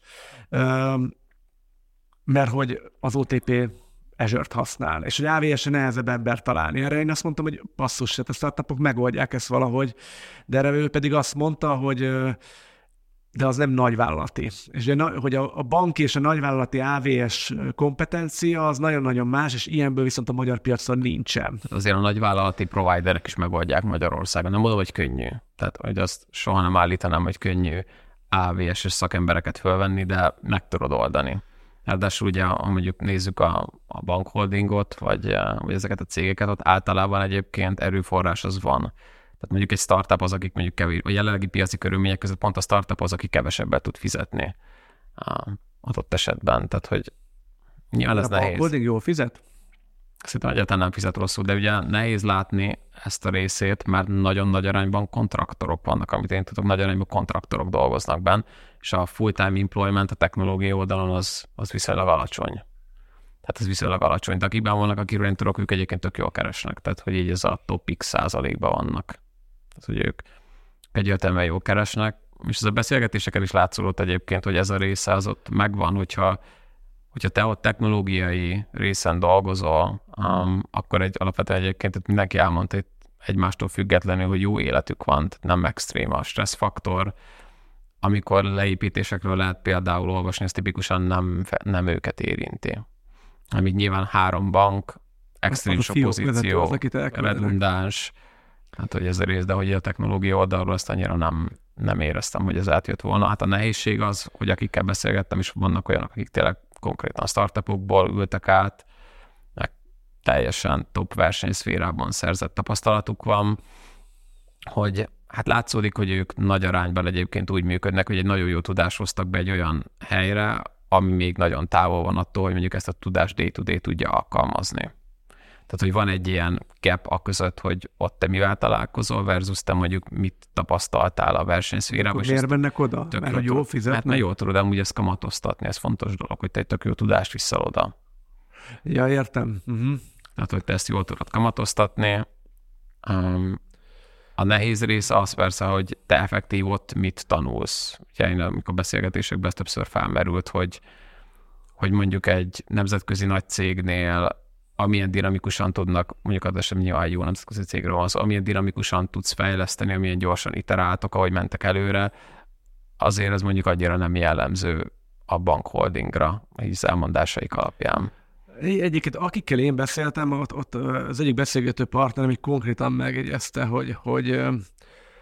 mert hogy az OTP Azure-t használ, és hogy AVS-en nehezebb ember találni. Erre én azt mondtam, hogy basszus, a startupok megoldják ezt valahogy, de erre ő pedig azt mondta, hogy de az nem nagyvállalati. És hogy a bank és a nagyvállalati AVS kompetencia az nagyon-nagyon más, és ilyenből viszont a magyar piacon nincsen. Azért a nagyvállalati providerek is megoldják Magyarországon. Nem mondom, hogy könnyű. Tehát, hogy azt soha nem állítanám, hogy könnyű AVS-es szakembereket fölvenni, de meg tudod oldani. Ráadásul ugye, ha mondjuk nézzük a bankholdingot, vagy ezeket a cégeket, ott általában egyébként erőforrás az van. Tehát mondjuk egy startup az, akik mondjuk kevés, a jelenlegi piaci körülmények között pont a startup az, aki kevesebbet tud fizetni adott esetben. Tehát, hogy nyilván ez nehéz. A holding jól fizet? Szerintem egyáltalán nem fizet rosszul, de ugye nehéz látni ezt a részét, mert nagyon nagy arányban kontraktorok vannak, amit én tudok, nagy arányban kontraktorok dolgoznak benne, és a full-time employment a technológiai oldalon az viszonylag alacsony. Tehát ez viszonylag alacsony. De akikben vannak, akiről én tudok, ők egyébként tök jól keresnek. Tehát, hogy így ez a top X százalékban vannak. Tehát, hogy ők egyértelműen jól keresnek. És ez a beszélgetéseken is látszódott egyébként, hogy ez a része az ott megvan, hogyha te ott technológiai részen dolgozol, akkor alapvetően egyébként mindenki elmondta egymástól függetlenül, hogy jó életük van, tehát nem extrém a stresszfaktor. Amikor leépítésekről lehet például olvasni, ez tipikusan nem őket érinti. Amíg nyilván 3 bank, extrém sok pozíció, redundáns, hát hogy ez a rész, de hogy a technológia oldalról ezt annyira nem éreztem, hogy ez átjött volna. Hát a nehézség az, hogy akikkel beszélgettem, és vannak olyanok, akik tényleg konkrétan startupokból ültek át, meg teljesen top versenyszférában szerzett tapasztalatuk van, hogy hát látszódik, hogy ők nagy arányban egyébként úgy működnek, hogy egy nagyon jó tudást hoztak be egy olyan helyre, ami még nagyon távol van attól, hogy mondjuk ezt a tudást day-to-day tudja alkalmazni. Tehát, hogy van egy ilyen gap a között, hogy ott te mivel találkozol, versus te mondjuk mit tapasztaltál a versenyszférában. Miért mennek oda? Mert hogy jól fizetnek? Mert jól tudod amúgy ezt kamatoztatni, ez fontos dolog, hogy te egy tök jó tudást visszal oda. Ja, értem. Tehát, hogy te ezt jól tudod kamatoztatni. A nehéz része az persze, hogy te effektív ott mit tanulsz. Ugye én, amikor beszélgetésekben ez többször felmerült, hogy mondjuk egy nemzetközi nagy cégnél amilyen dinamikusan tudnak, mondjuk az esetben nyilván jó nemzetközi cégről van szó, amilyen dinamikusan tudsz fejleszteni, amilyen gyorsan iteráltok, ahogy mentek előre, azért ez mondjuk annyira nem jellemző a bankholdingra, így az elmondásaik alapján. Egyébként akikkel én beszéltem, ott az egyik beszélgető partnerem így konkrétan megjegyezte, hogy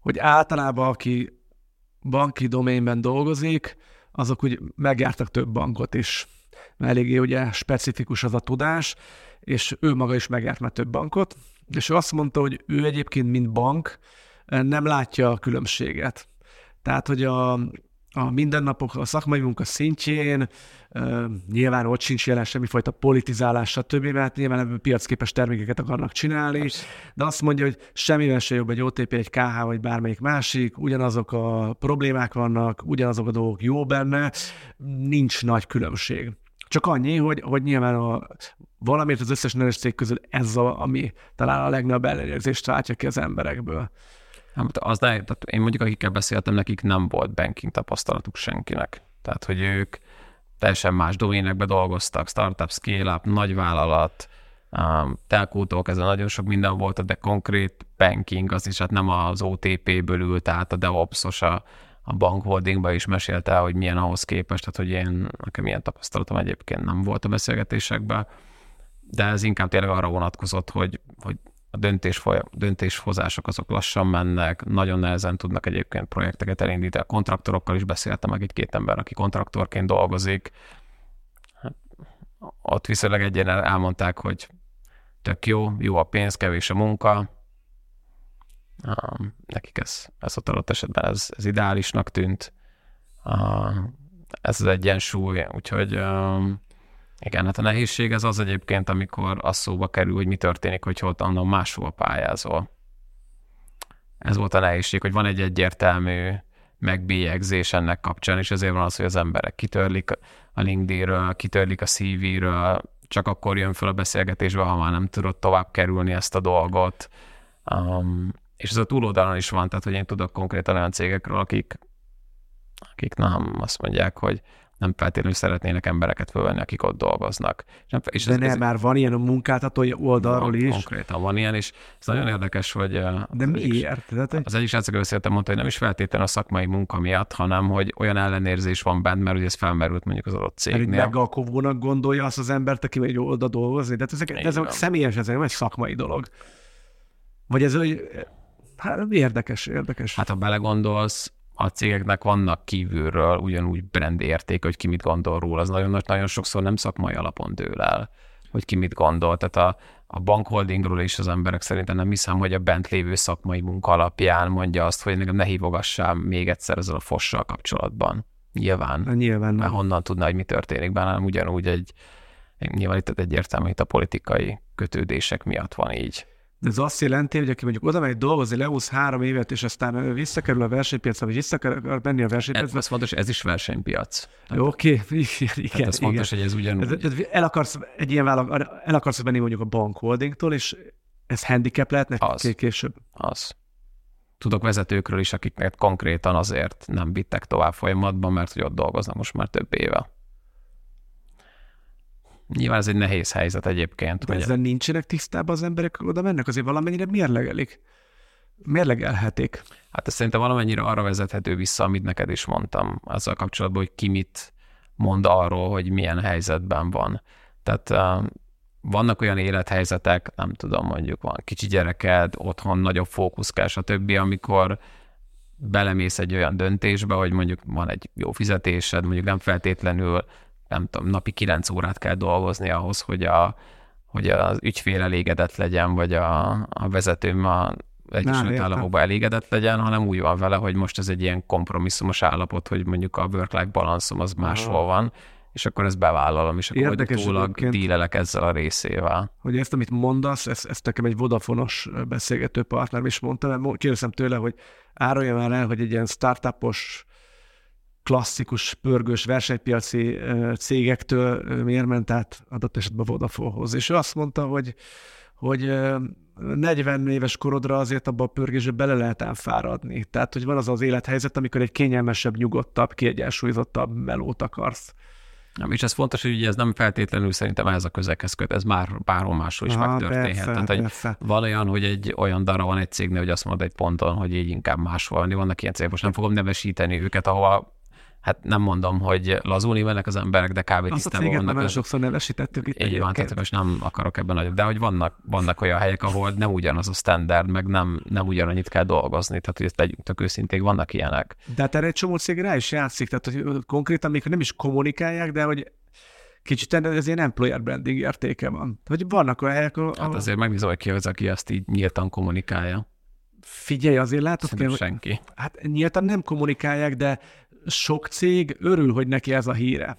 hogy általában aki banki doménben dolgozik, azok úgy megjártak több bankot is. Mert eléggé ugye specifikus az a tudás, és ő maga is megjárt már több bankot, és ő azt mondta, hogy ő egyébként, mint bank, nem látja a különbséget. Tehát, hogy a mindennapok, a szakmai munka szintjén nyilván ott sincs jelen semmifajta politizálás, stb., mert nyilván ebből piacképes termékeket akarnak csinálni, de azt mondja, hogy semmivel se jobb egy OTP, egy KH vagy bármelyik másik, ugyanazok a problémák vannak, ugyanazok a dolgok jó benne, nincs nagy különbség. Csak annyi, hogy nyilván valamiért az összes neves cég közül ez ami talán a legnagyobb ellenérzést váltja ki az emberekből. Tehát én mondjuk, akikkel beszéltem, nekik nem volt banking tapasztalatuk senkinek. Tehát, hogy ők teljesen más doménekbe dolgoztak, startup, scale-up, nagyvállalat, telkótól kezdve nagyon sok minden volt, de konkrét banking, az is hát nem az OTP-ből ült át, a DevOps-os a bankholdingba is mesélte, hogy milyen ahhoz képest, tehát hogy nekem ilyen tapasztalatom egyébként nem volt a beszélgetésekben, de ez inkább tényleg arra vonatkozott, hogy a döntéshozások azok lassan mennek, nagyon nehezen tudnak egyébként projekteket elindítani. A kontraktorokkal is beszéltem, meg egy-két ember, aki kontraktorként dolgozik. Hát, ott viszonylag egyenlően elmondták, hogy tök jó a pénz, kevés a munka. Nekik ez ott adott esetben ez ideálisnak tűnt. Ez az egyensúly, úgyhogy igen, hát a nehézség ez az egyébként, amikor az szóba kerül, hogy mi történik, hogy onnan máshol pályázol. Ez volt a nehézség, hogy van egy egyértelmű megbélyegzés ennek kapcsán, és ezért van az, hogy az emberek kitörlik a LinkedIn-ről, kitörlik a CV-ről, csak akkor jön fel a beszélgetésbe, ha már nem tudod tovább kerülni ezt a dolgot. És ez a túloldalon is van, tehát hogy én tudok konkrétan olyan cégekről, akik nem azt mondják, hogy nem feltétlenül szeretnének embereket fölvenni, akik ott dolgoznak. És már van ilyen a munkáltatói oldalról is. Konkrétan van ilyen, és ez nagyon érdekes, hogy... De miért? Az egyik sráccal beszéltem, mondta, hogy nem is feltétlenül a szakmai munka miatt, hanem hogy olyan ellenérzés van bent, mert ugye ez felmerült mondjuk az adott cégnél. Mert megalkovónak gondolja azt az embert, aki megy oda dolgozni. De ezek személyes, ez nem egy szakmai dolog. Vagy ez érdekes. Hát ha belegondolsz, a cégeknek vannak kívülről ugyanúgy brand érték, hogy ki mit gondol róla. Az nagyon sokszor nem szakmai alapon dől el, hogy ki mit gondol. Tehát a bankholdingról is az emberek szerintem nem hiszem, hogy a bent lévő szakmai munka alapján mondja azt, hogy nekem ne hívogassál még egyszer ezzel a fossal kapcsolatban. Nyilván mert honnan tudná, hogy mi történik benne, hanem ugyanúgy nyilván itt egyértelmű, hogy a politikai kötődések miatt van így. De ez azt jelenti, hogy aki mondjuk oda megy dolgozni, leúsz 3 évet, és aztán visszakerül a versenypiacra, vagy vissza kell menni a versenypiacra. Ez fontos, ez is versenypiac. Oké, igen. Ez fontos, hogy ez ugyanúgy. El akarsz menni mondjuk a bankholdingtól, és ez handicap lehetne később? Az. Tudok vezetőkről is, akiknek konkrétan azért nem vittek tovább folyamatban, mert hogy ott dolgoznak most már több éve. Nyilván ez egy nehéz helyzet egyébként. De ezzel nincsenek tisztában az emberek, oda mennek, azért valamennyire mérlegelhetik. Hát ez szerintem valamennyire arra vezethető vissza, amit neked is mondtam, azzal kapcsolatban, hogy ki mit mond arról, hogy milyen helyzetben van. Tehát vannak olyan élethelyzetek, nem tudom, mondjuk van kicsi gyereked, otthon nagyobb fókusz kell, stb., amikor belemész egy olyan döntésbe, hogy mondjuk van egy jó fizetésed, mondjuk nem feltétlenül nem tudom, napi 9 órát kell dolgozni ahhoz, hogy az ügyfél elégedett legyen, vagy a vezetőm az Egyesült Államokban elégedett legyen, hanem úgy van vele, hogy most ez egy ilyen kompromisszumos állapot, hogy mondjuk a work-life balanszom az máshol van, és akkor ezt bevállalom, és akkor utólag dílelek ezzel a részével. Hogy ezt, amit mondasz, ezt nekem egy Vodafone-os beszélgető partnerem is mondta, mert kérdeztem tőle, hogy árulja már el, hogy egy ilyen startupos, klasszikus, pörgős versenypiaci cégektől miért ment át adott esetben Vodafonehoz. És ő azt mondta, hogy 40 éves korodra azért abban a pörgésbe bele lehet ám fáradni. Tehát, hogy van az élethelyzet, amikor egy kényelmesebb, nyugodtabb, kiegyensúlyozottabb melót akarsz. És ez fontos, hogy ugye ez nem feltétlenül szerintem ez a közeghez köt, ez már bárhol máshol is megtörténhet. Tehát, hogy van olyan, hogy egy olyan dara van egy cégnél, hogy azt mondod egy ponton, hogy így inkább máshol van. Vannak ilyen cégek, most nem fogom nevesíteni őket, ahova hát nem mondom, hogy lazulni mennek az emberek, de kb. Tisztában vannak. Azt nagyon sokszor nevesítettük itt. Így van, tehát most nem akarok ebben nagyobb, de hogy vannak olyan helyek, ahol nem ugyanaz a standard, meg nem ugyanannyit kell dolgozni, tehát hogy ezt legyünk tök őszinték, vannak ilyenek. De hát erre egy csomó cég rá is játszik, tehát hogy konkrétan még nem is kommunikálják, de hogy kicsit ez ilyen employer branding értéke van. Hogy vannak olyan helyek, Hát azért megnézem, hogy ki az, aki azt így nyíltan kommunikálja. Figyelj, azért látod, hogy senki. Hát nyíltan nem kommunikálják, de sok cég örül, hogy neki ez a híre.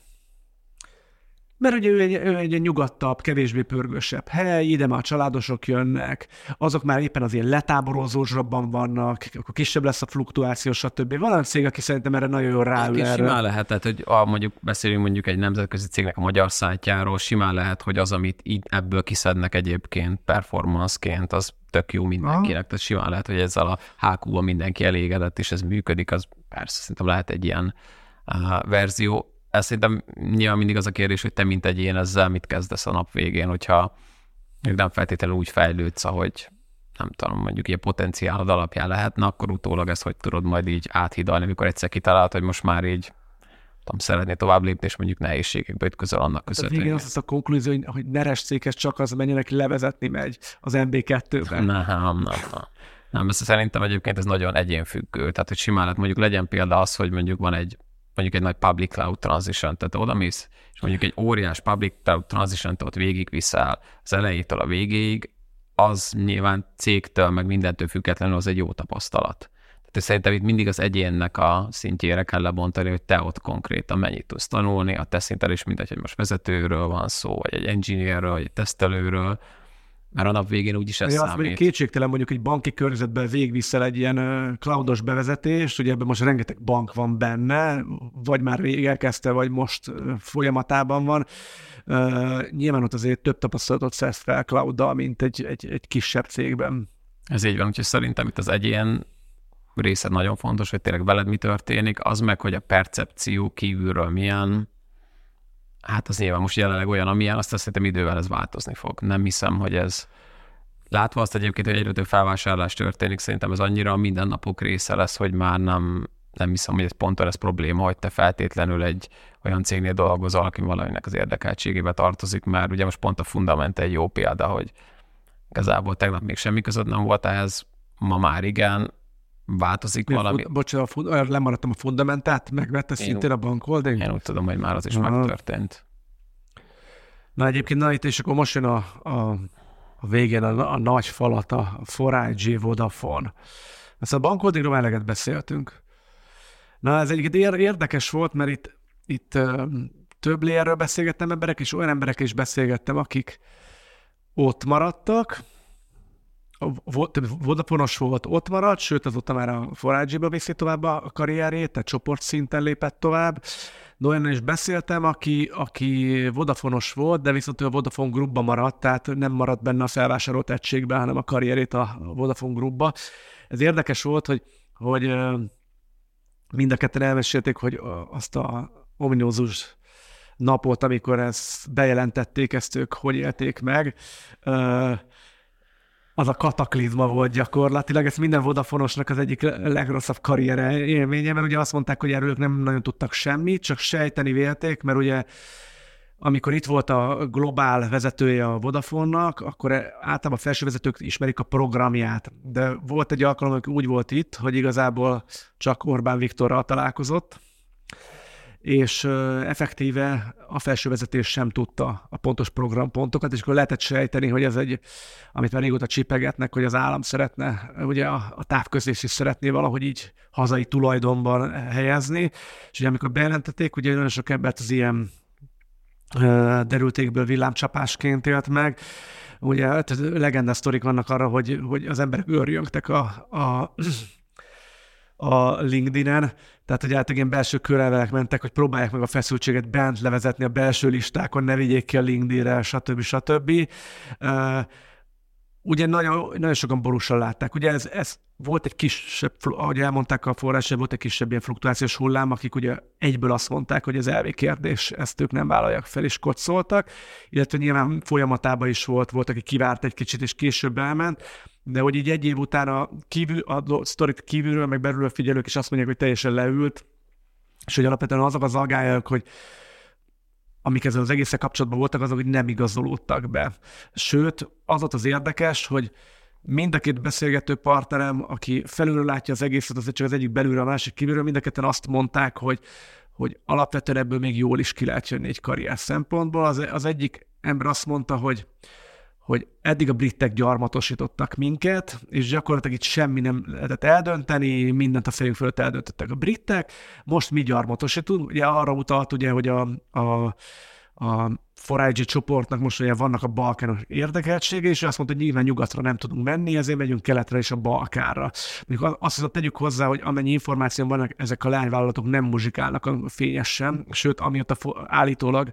Mert ugye ő egy nyugodtabb, kevésbé pörgősebb hely, ide már a családosok jönnek, azok már éppen az ilyen letáborozósabban vannak, akkor kisebb lesz a fluktuáció, stb. Van olyan cég, aki szerintem erre nagyon jól ráül erre. Simán lehet, tehát, hogy mondjuk beszélünk mondjuk egy nemzetközi cégnek a magyar szájtjáról, simán lehet, hogy az, amit így ebből kiszednek egyébként performanceként, az tök jó mindenkinek, tehát simán lehet, hogy ezzel a HQ-ban mindenki elégedett, és ez működik, az persze szerintem lehet egy ilyen verzió. Ez szerintem nyilván mindig az a kérdés, hogy te mint egyén ezzel mit kezdesz a nap végén, hogyha nem feltétlenül úgy fejlődsz, ahogy nem tudom, mondjuk ilyen potenciálod alapján lehetne, akkor utólag ezt hogy tudod majd így áthidalni, amikor egyszer kitalálod, hogy most már így szeretné tovább lépni, és mondjuk nehézségekbe ütközöl annak között. A végén az a konklúzió, hogy neres céghez csak az menjenek levezetni megy az MB2-ben. Nem, ezt szerintem egyébként ez nagyon egyénfüggő. Tehát, hogy simán lehet, mondjuk legyen példa az, hogy mondjuk van egy nagy public cloud transition, tehát odamész, és mondjuk egy óriás public cloud transition-t ott végigviszel az elejétől a végéig, az nyilván cégtől, meg mindentől függetlenül az egy jó tapasztalat. Tehát szerintem itt mindig az egyénnek a szintjére kell lebontani, hogy te ott konkrétan mennyit tudsz tanulni, a te szinten is mindegy, hogy most vezetőről van szó, vagy egy engineerről, vagy egy tesztelőről, mert a nap végén úgyis ez számít. Kétségtelen mondjuk egy banki környezetben végigviszel egy ilyen cloudos bevezetést, ugye ebben most rengeteg bank van benne, vagy már rég elkezdte, vagy most folyamatában van. Nyilván ott azért több tapasztalatot szerz fel clouddal, mint egy kisebb cégben. Ez így van, úgyhogy szerintem itt az egyén része nagyon fontos, hogy tényleg veled mi történik, az meg, hogy a percepció kívülről milyen, hát az nyilván most jelenleg olyan, amilyen, azt szerintem idővel ez változni fog. Nem hiszem, hogy ez... Látva azt egyébként, hogy egyre több felvásárlás történik, szerintem ez annyira a mindennapok része lesz, hogy már nem hiszem, hogy ez ponton ez probléma, hogy te feltétlenül egy olyan cégnél dolgozol, aki valaminek az érdekeltségébe tartozik, mert ugye most pont a Fundament egy jó példa, hogy igazából tegnap még semmi között nem volt ehhez, ma már igen, változik valami. Bocsánat, lemaradtam a Fundamentát, megvette szintén a bankholding? Én úgy tudom, hogy már az is megtörtént. Na egyébként, itt és akkor most jön a végén a nagy falat, a 4iG Vodafone. Ezt a bankholdingról eleget beszéltünk. Na ez egyébként érdekes volt, mert itt több layerről beszélgettem emberek, és olyan emberekkel is beszélgettem, akik ott maradtak, Vodafone-os volt, ott maradt, sőt azóta már a 4iG-ba viszi tovább a karrierjét, tehát csoportszinten lépett tovább. De olyan is beszéltem, aki Vodafone-os volt, de viszont ő a Vodafone Groupba maradt, tehát nem maradt benne a felvásárolt egységben, hanem a karrierét a Vodafone Groupba. Ez érdekes volt, hogy mind a ketten elmesélték, hogy azt a ominózus napot, amikor ezt bejelentették, ezt ők hogy élték meg, az a kataklizma volt gyakorlatilag. Ez minden Vodafone-osnak az egyik legrosszabb karriere élménye, mert ugye azt mondták, hogy erről nem nagyon tudtak semmit, csak sejteni vélték, mert ugye amikor itt volt a globál vezetője a Vodafone-nak, akkor általában a felső vezetők ismerik a programját. De volt egy alkalom, hogy úgy volt itt, hogy igazából csak Orbán Viktorral találkozott, és effektíve a felső vezetés sem tudta a pontos programpontokat, és akkor lehetett sejteni, hogy ez egy, amit már régóta csipegetnek, hogy az állam szeretne, ugye a távközlést is szeretné valahogy így hazai tulajdonban helyezni, és ugye amikor bejelentették, ugye nagyon sok embert az ilyen derültékből villámcsapásként élt meg, ugye legendás sztorik vannak arra, hogy az emberek őrjöngtek a LinkedIn-en, tehát hogy általában ilyen belső körelvelek mentek, hogy próbálják meg a feszültséget bent levezetni a belső listákon, ne vigyék ki a LinkedIn-re, stb. Ugye nagyon sokan borúsan látták. Ugye ez volt egy kisebb, ahogy elmondták a forrásban, volt egy kisebb ilyen fluktuációs hullám, akik ugye egyből azt mondták, hogy ez elvi kérdés, ezt ők nem vállalják fel, és koccoltak, illetve nyilván folyamatában is volt, aki kivárt egy kicsit, és később elment, de hogy így egy év után a sztorit kívülről, meg belülről figyelők is azt mondják, hogy teljesen leült, és hogy alapvetően azok az aggályok, hogy amik ezzel az egészen kapcsolatban voltak, azok, hogy nem igazolódtak be. Sőt, az volt az érdekes, hogy mind a két beszélgető partnerem, aki felülről látja az egészet, az csak az egyik belülről, a másik kívülről, mind a ketten azt mondták, hogy alapvetően ebből még jól is ki lehet jönni egy karrier szempontból. Az egyik ember azt mondta, hogy eddig a britek gyarmatosítottak minket, és gyakorlatilag itt semmi nem lehetett eldönteni, mindent a fejünk fölött eldöntöttek a britek, most mi gyarmatosítunk. Ugye arra utalt, ugye, hogy a 4IG csoportnak most ugye vannak a Balkános érdekeltsége, és azt mondta, hogy nyilván nyugatra nem tudunk menni, ezért megyünk keletre és a Balkánra. Mondjuk azt hiszem, tegyük hozzá, hogy amennyi információ vannak, ezek a lányvállalatok nem muzsikálnak fényesen, sőt, amiatt állítólag,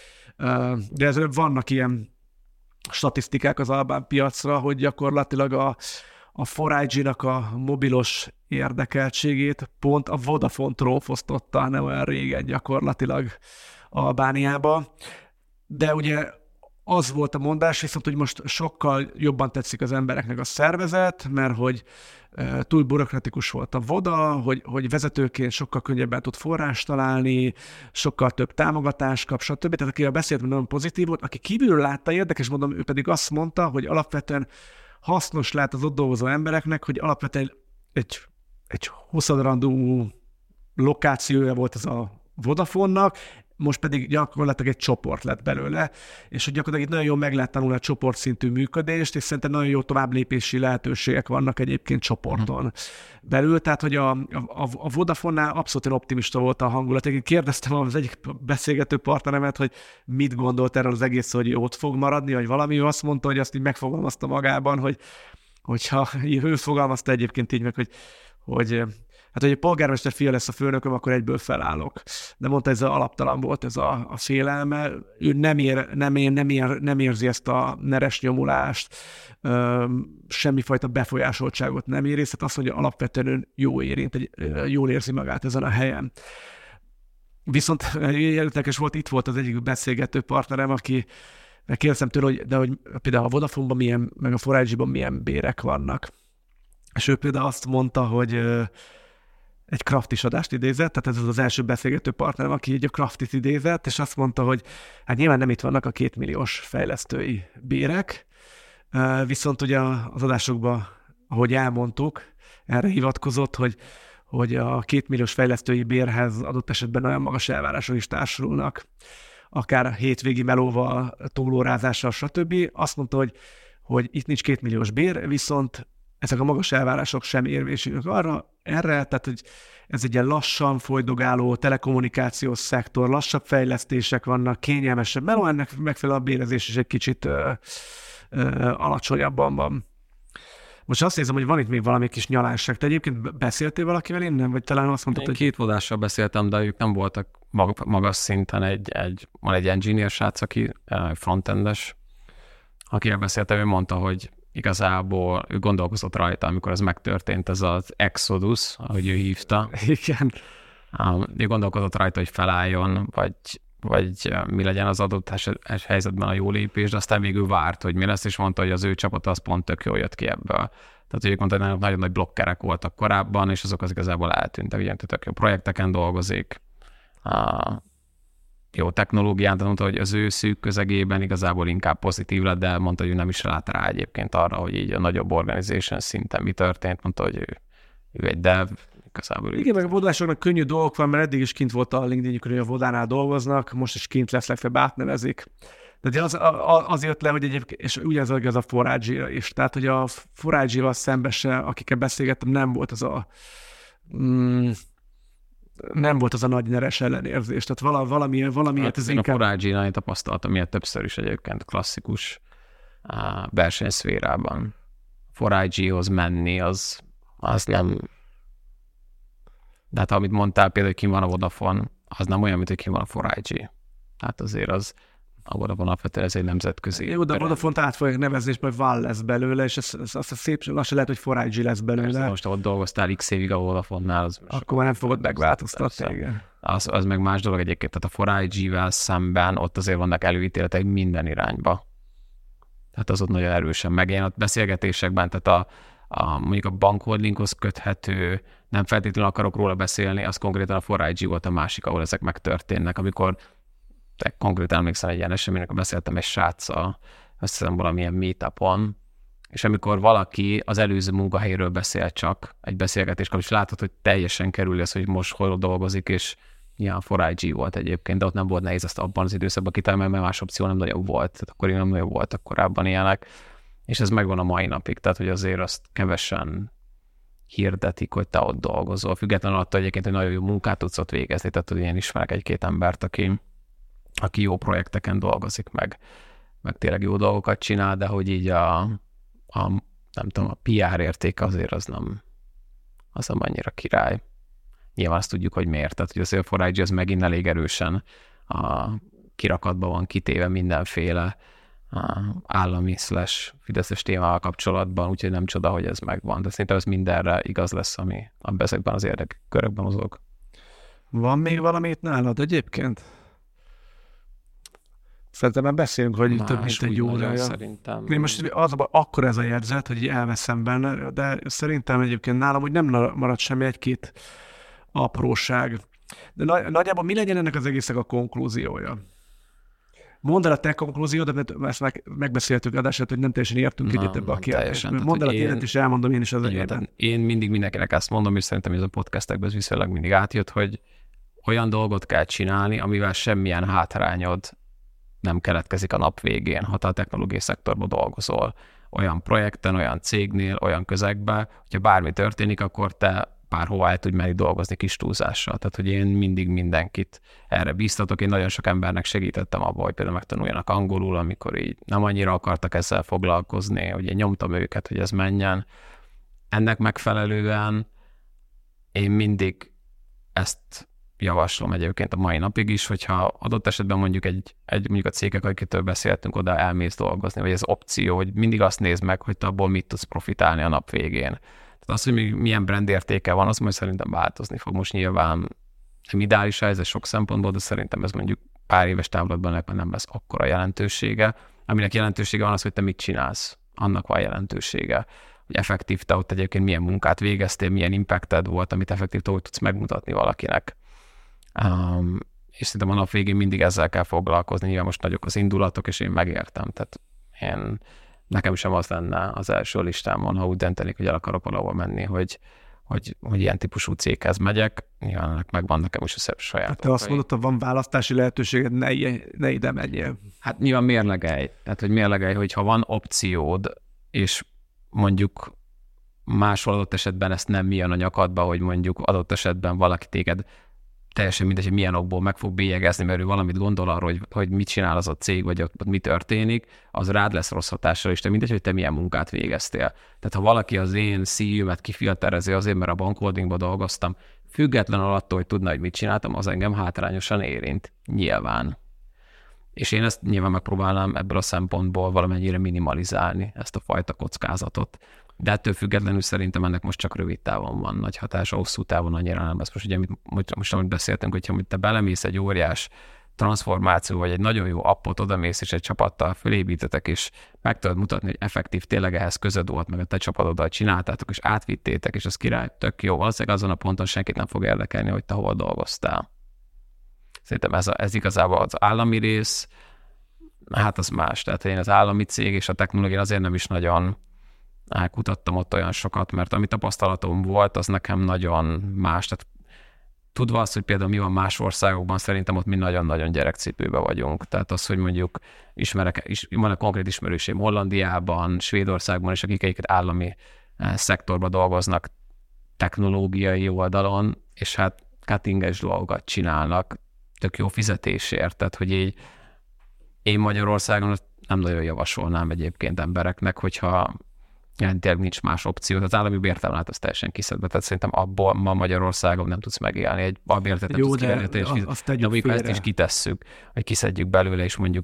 de ezért vannak ilyen statisztikák az albán piacra, hogy gyakorlatilag a 4IG-nak a mobilos érdekeltségét pont a Vodafone trófosztotta nem olyan régen gyakorlatilag Albániába. De ugye az volt a mondás, viszont, hogy most sokkal jobban tetszik az embereknek a szervezet, mert hogy túl bürokratikus volt a Voda, hogy vezetőként sokkal könnyebben tud forrást találni, sokkal több támogatást kap, stb. Tehát akivel beszéltem, nagyon pozitív volt, aki kívülről látta, érdekes mondom, ő pedig azt mondta, hogy alapvetően hasznos lehet az ott dolgozó embereknek, hogy alapvetően egy 20-randú lokációja volt ez a Vodafone-nak, most pedig gyakorlatilag egy csoport lett belőle, és hogy gyakorlatilag itt nagyon jól meg lehet tanulni a csoportszintű működést, és szerintem nagyon jó továbblépési lehetőségek vannak egyébként csoporton belül, tehát hogy a Vodafone-nál abszolút optimista volt a hangulat. Én kérdeztem az egyik beszélgető partneremet, hogy mit gondolt erről az egész, hogy ott fog maradni, vagy valami, ő azt mondta, hogy azt így megfogalmazta magában, hogyha ő fogalmazta egyébként így meg, hogy hát, hogy a polgármester fia lesz a főnököm, akkor egyből felállok. De mondta, ez alaptalan volt ez a félelme. Ő nem érzi ezt a neres nyomulást, semmifajta befolyásoltságot nem érzi, tehát azt mondja, alapvetően jól érzi magát ezen a helyen. Viszont érdekes volt, itt volt az egyik beszélgető partnerem, aki kérdeztem tőle, hogy például a Vodafone-ban milyen, meg a 4IG-ban milyen bérek vannak. És ő például azt mondta, hogy egy Craftis adást idézett, tehát ez az első beszélgető partnerem, aki így a Craftit idézett, és azt mondta, hogy hát nyilván nem itt vannak a 2 milliós fejlesztői bérek, viszont ugye az adásokban, ahogy elmondtuk, erre hivatkozott, hogy a 2 milliós fejlesztői bérhez adott esetben olyan magas elvárások is társulnak, akár hétvégi melóval, túlórázással, stb. Azt mondta, hogy itt nincs 2 milliós bér, viszont ezek a magas elvárások sem érvényesülnek erre, tehát hogy ez egy ilyen lassan folydogáló telekommunikációs szektor, lassabb fejlesztések vannak, kényelmesebb, mert ennek megfelelő a bérezés is egy kicsit alacsonyabban van. Most azt nézem, hogy van itt még valami kis nyalásság. Te egyébként beszéltél valakivel innen, vagy talán azt mondtad, hogy... 2 vodással beszéltem, de ők nem voltak magas szinten. Van egy engineer srác, aki frontendes, akivel beszéltem, ő mondta, hogy igazából ő gondolkozott rajta, amikor ez megtörtént, ez az Exodus, ahogy ő hívta. Igen. Ő gondolkozott rajta, hogy felálljon, vagy mi legyen az adott helyzetben a jó lépés, de aztán végül várt, hogy mi lesz, és mondta, hogy az ő csapata az pont tök jól jött ki ebből. Tehát ők mondta, hogy nagyon nagy blokkerek voltak korábban, és azok az igazából eltűntek, ugye tök jó projekteken dolgozik, jó technológián, de mondta, hogy az ő szűk közegében igazából inkább pozitív lett, de mondta, hogy ő nem is lát rá egyébként arra, hogy így a nagyobb organization szinten mi történt. Mondta, hogy ő egy dev, igazából. Igen, meg a vodásoknak könnyű dolgok van, mert eddig is kint volt a LinkedIn-jükön, hogy a Vodánál dolgoznak, most is kint lesz, legfeljebb átnevezik. De az jött le, hogy egyébként, és ugyanez az a 4IG-ra is, tehát, hogy a 4IG-val szemben se, akikkel beszélgettem, nem volt az a nagy neres ellenérzés. Tehát valamiért hát ez inkább... A 4IG-nál tapasztaltam ilyet többször is egyébként klasszikus versenyszférában. 4IG-hoz menni, az nem... De hát amit mondtál, például, hogy ki van a Vodafone, az nem olyan, mint hogy ki van a 4IG. Hát azért a Vodafone alapvetően ez egy nemzetközi... Jó, de a Vodafone-t át fogják nevezni, és majd Val lesz belőle, és az szép, lassan lehet, hogy 4IG lesz belőle. Persze, most ott dolgoztál x évig a Vodafone-nál, akkor már nem fogod megváltoztatni. Az meg más dolog egyébként, tehát a 4IG-vel szemben ott azért vannak előítéletek minden irányba. Tehát az ott nagyon erősen megjelent a beszélgetésekben, tehát mondjuk a bankholdinghoz köthető, nem feltétlenül akarok róla beszélni, az konkrétan a 4IG volt a másik, ahol ezek megtörténnek, amikor konkrétan emlékszem egy ilyen eseménynek, amikor beszéltem egy sráccal, azt hiszem valamilyen meetupon, és amikor valaki az előző munkahelyről beszél csak egy beszélgetés kapcsolatban, és látod, hogy teljesen kerül az, hogy most hol dolgozik, és nyilván 4IG volt egyébként, de ott nem volt nehéz azt abban az időszakban kitalálni, mert más opció nem nagyon volt, tehát akkor nem nagyon voltak korábban ilyenek, és ez megvan a mai napig, tehát hogy azért azt kevesen hirdetik, hogy te ott dolgozol, függetlenül attól egyébként, hogy nagyon jó munkát tudsz ott végezni, tehát hogy én ismerek egy-két embert, aki jó projekteken dolgozik, meg tényleg jó dolgokat csinál, de hogy így nem tudom, a PR érték azért az nem annyira király. Nyilván azt tudjuk, hogy miért. Tehát, hogy azért a 4IG az megint elég erősen a kirakatban van kitéve mindenféle állami / fideszes témával kapcsolatban, úgyhogy nem csoda, hogy ez megvan. De szerintem ez mindenre igaz lesz, ami ezekben az érdekkörökben mozog. Van még valamit nálad egyébként? Szerintem már beszélünk, hogy több mint egy órája. Szerintem. Én most akkor ez a jegyzet, hogy elveszem benne, de szerintem egyébként nálam úgy nem marad semmi, egy-két apróság. De nagyjából mi legyen ennek az egésznek a konklúziója? Mondd el a te konklúziód, de ezt megbeszéltük adását, hogy nem teljesen értünk egyet ebbe a kérdésbe. Mondd el a tényet, és elmondom én is az egyetet. Én mindig mindenkinek ezt mondom, és szerintem ez a podcastekben ez viszonylag mindig átjött, hogy olyan dolgot kell csinálni, amivel semmilyen hátrányod nem keletkezik a nap végén, ha te a technológiai szektorban dolgozol. Olyan projekten, olyan cégnél, olyan közegben, hogyha bármi történik, akkor te bárhova el tudj menni dolgozni kis túlzással. Tehát, hogy én mindig mindenkit erre bíztatok. Én nagyon sok embernek segítettem abban, hogy például megtanuljanak angolul, amikor így nem annyira akartak ezzel foglalkozni, hogy én nyomtam őket, hogy ez menjen. Ennek megfelelően én mindig ezt javaslom egyébként a mai napig is, hogyha adott esetben mondjuk mondjuk a cégek, akikről beszéltünk, oda elmész dolgozni, vagy ez opció, hogy mindig azt nézd meg, hogy te abból mit tudsz profitálni a nap végén. Tehát az, hogy milyen brand értéke van, az majd szerintem változni fog. Most nyilván nem ideális helyzet sok szempontból, de szerintem ez mondjuk pár éves távlatban nem lesz akkora jelentősége. Aminek jelentősége van az, hogy te mit csinálsz. Annak van jelentősége. Hogy effektív te ott egyébként milyen munkát végeztél, milyen impacted volt, amit effektív te hogy tudsz megmutatni valakinek. És szerintem a nap végén mindig ezzel kell foglalkozni. Nyilván most nagyok az indulatok, és én megértem. Tehát nekem sem az lenne az első listámon, ha úgy döntenék, hogy el akarok valahol menni, hogy ilyen típusú céghez megyek. Nyilván ennek megvan nekem is a saját. Hát te azt mondod, hogy van választási lehetőséged, ne ide menjél. Hát nyilván mérlegelj. Tehát, hogy mérlegelj, hogyha van opciód, és mondjuk máshol adott esetben ezt nem milyen a nyakadba, hogy mondjuk adott esetben valaki téged teljesen mindegy, hogy milyen okból meg fog bélyegezni, mert ő valamit gondol arról, hogy mit csinál az a cég, vagy ott mi történik, az rád lesz rossz hatással, és te mindegy, hogy te milyen munkát végeztél. Tehát ha valaki az én CV-met kifilterezi azért, mert a bankholdingban dolgoztam, függetlenül attól, hogy tudna, hogy mit csináltam, az engem hátrányosan érint. Nyilván. És én ezt nyilván megpróbálnám ebből a szempontból valamennyire minimalizálni, ezt a fajta kockázatot. De ettől függetlenül szerintem ennek most csak rövid távon van nagy hatása, hosszú távon annyira nem lesz. Most ugye, amit beszéltünk, hogyha te belemész egy óriás transformáció, vagy egy nagyon jó appot odamész, és egy csapattal fölépítetek, és meg tudod mutatni, hogy effektív tényleg ehhez közöd volt, meg a te csapatoddal csináltátok, és átvittétek, és az király tök jó. Valószínűleg azon a ponton senkit nem fog érdekelni, hogy te hol dolgoztál. Szerintem ez igazából az állami rész, hát az más. Tehát én az állami cég és a technológia azért nem is nagyon kutattam ott olyan sokat, mert ami tapasztalatom volt, az nekem nagyon más. Tehát tudva azt, hogy például mi van más országokban, szerintem ott mi nagyon-nagyon gyerekcipőben vagyunk. Tehát az, hogy mondjuk van egy konkrét ismerősém Hollandiában, Svédországban, és akik egyiket állami szektorban dolgoznak technológiai oldalon, és hát cutting-edge dolgokat csinálnak, tök jó fizetésért. Tehát, hogy így én Magyarországon nem nagyon javasolnám egyébként embereknek, hogyha tényleg nincs más opció. Az állami bértáblát az teljesen kiszedve, tehát szerintem abból ma Magyarországon nem tudsz megélni. Egy albérletet nem tudsz kivenni, de ezt is kitesszük, hogy kiszedjük belőle, és mondjuk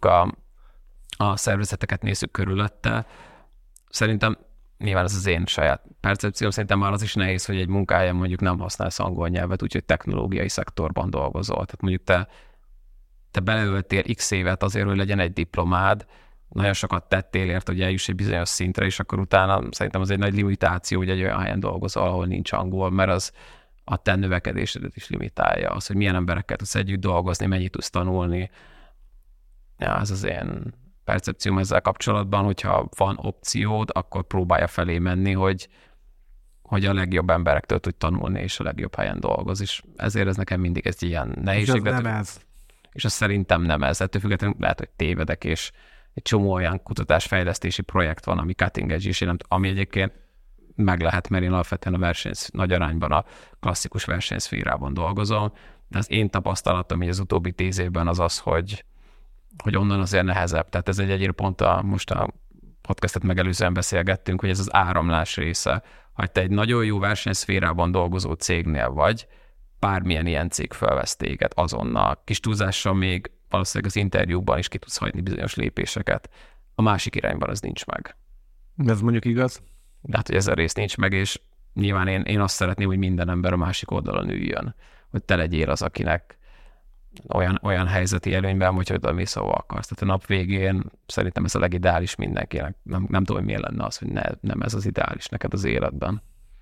a szervezeteket nézzük körülötte. Szerintem nyilván ez az én saját percepcióm, szerintem már az is nehéz, hogy egy munkahelyen mondjuk nem használsz angol nyelvet, úgyhogy technológiai szektorban dolgozol. Tehát mondjuk te beleöltél x évet azért, hogy legyen egy diplomád, nagyon sokat tettél ért, hogy eljuss egy bizonyos szintre, és akkor utána szerintem az egy nagy limitáció, hogy egy olyan helyen dolgozol, ahol nincs angol, mert az a te növekedésedet is limitálja. Az, hogy milyen emberekkel tudsz együtt dolgozni, mennyit tudsz tanulni. Ja, ez az én percepcióm ezzel kapcsolatban, hogyha van opciód, akkor próbálja felé menni, hogy a legjobb emberektől tudj tanulni, és a legjobb helyen dolgoz. És ezért ez nekem mindig egy ilyen nehézség. És ez nem ez. És az szerintem nem ez. Ettől függetlenül lehet, hogy tévedek, és egy csomó olyan kutatásfejlesztési projekt van, ami cutting edge is, ami egyébként meg lehet, mert én alapvetően nagy arányban a klasszikus versenyszférában dolgozom, de az én tapasztalatom így az utóbbi 10 évben az az, hogy onnan azért nehezebb. Tehát ez egy pont most a podcastet megelőzően beszélgettünk, hogy ez az áramlás része. Ha te egy nagyon jó versenyszférában dolgozó cégnél vagy, bármilyen ilyen cég felvesz téged azonnal. Kis túlzással még valószínűleg az interjúban is ki tudsz hagyni bizonyos lépéseket. A másik irányban az nincs meg. Ez mondjuk igaz. De hát, hogy ez a rész nincs meg, és nyilván én azt szeretném, hogy minden ember a másik oldalon üljön. Hogy te legyél az, akinek olyan helyzeti előnyben, hogy oda mész, ahol akarsz. Tehát a nap végén szerintem ez a legideális mindenkinek. Nem tudom, hogy miért lenne az, hogy nem ez az ideális neked az életben.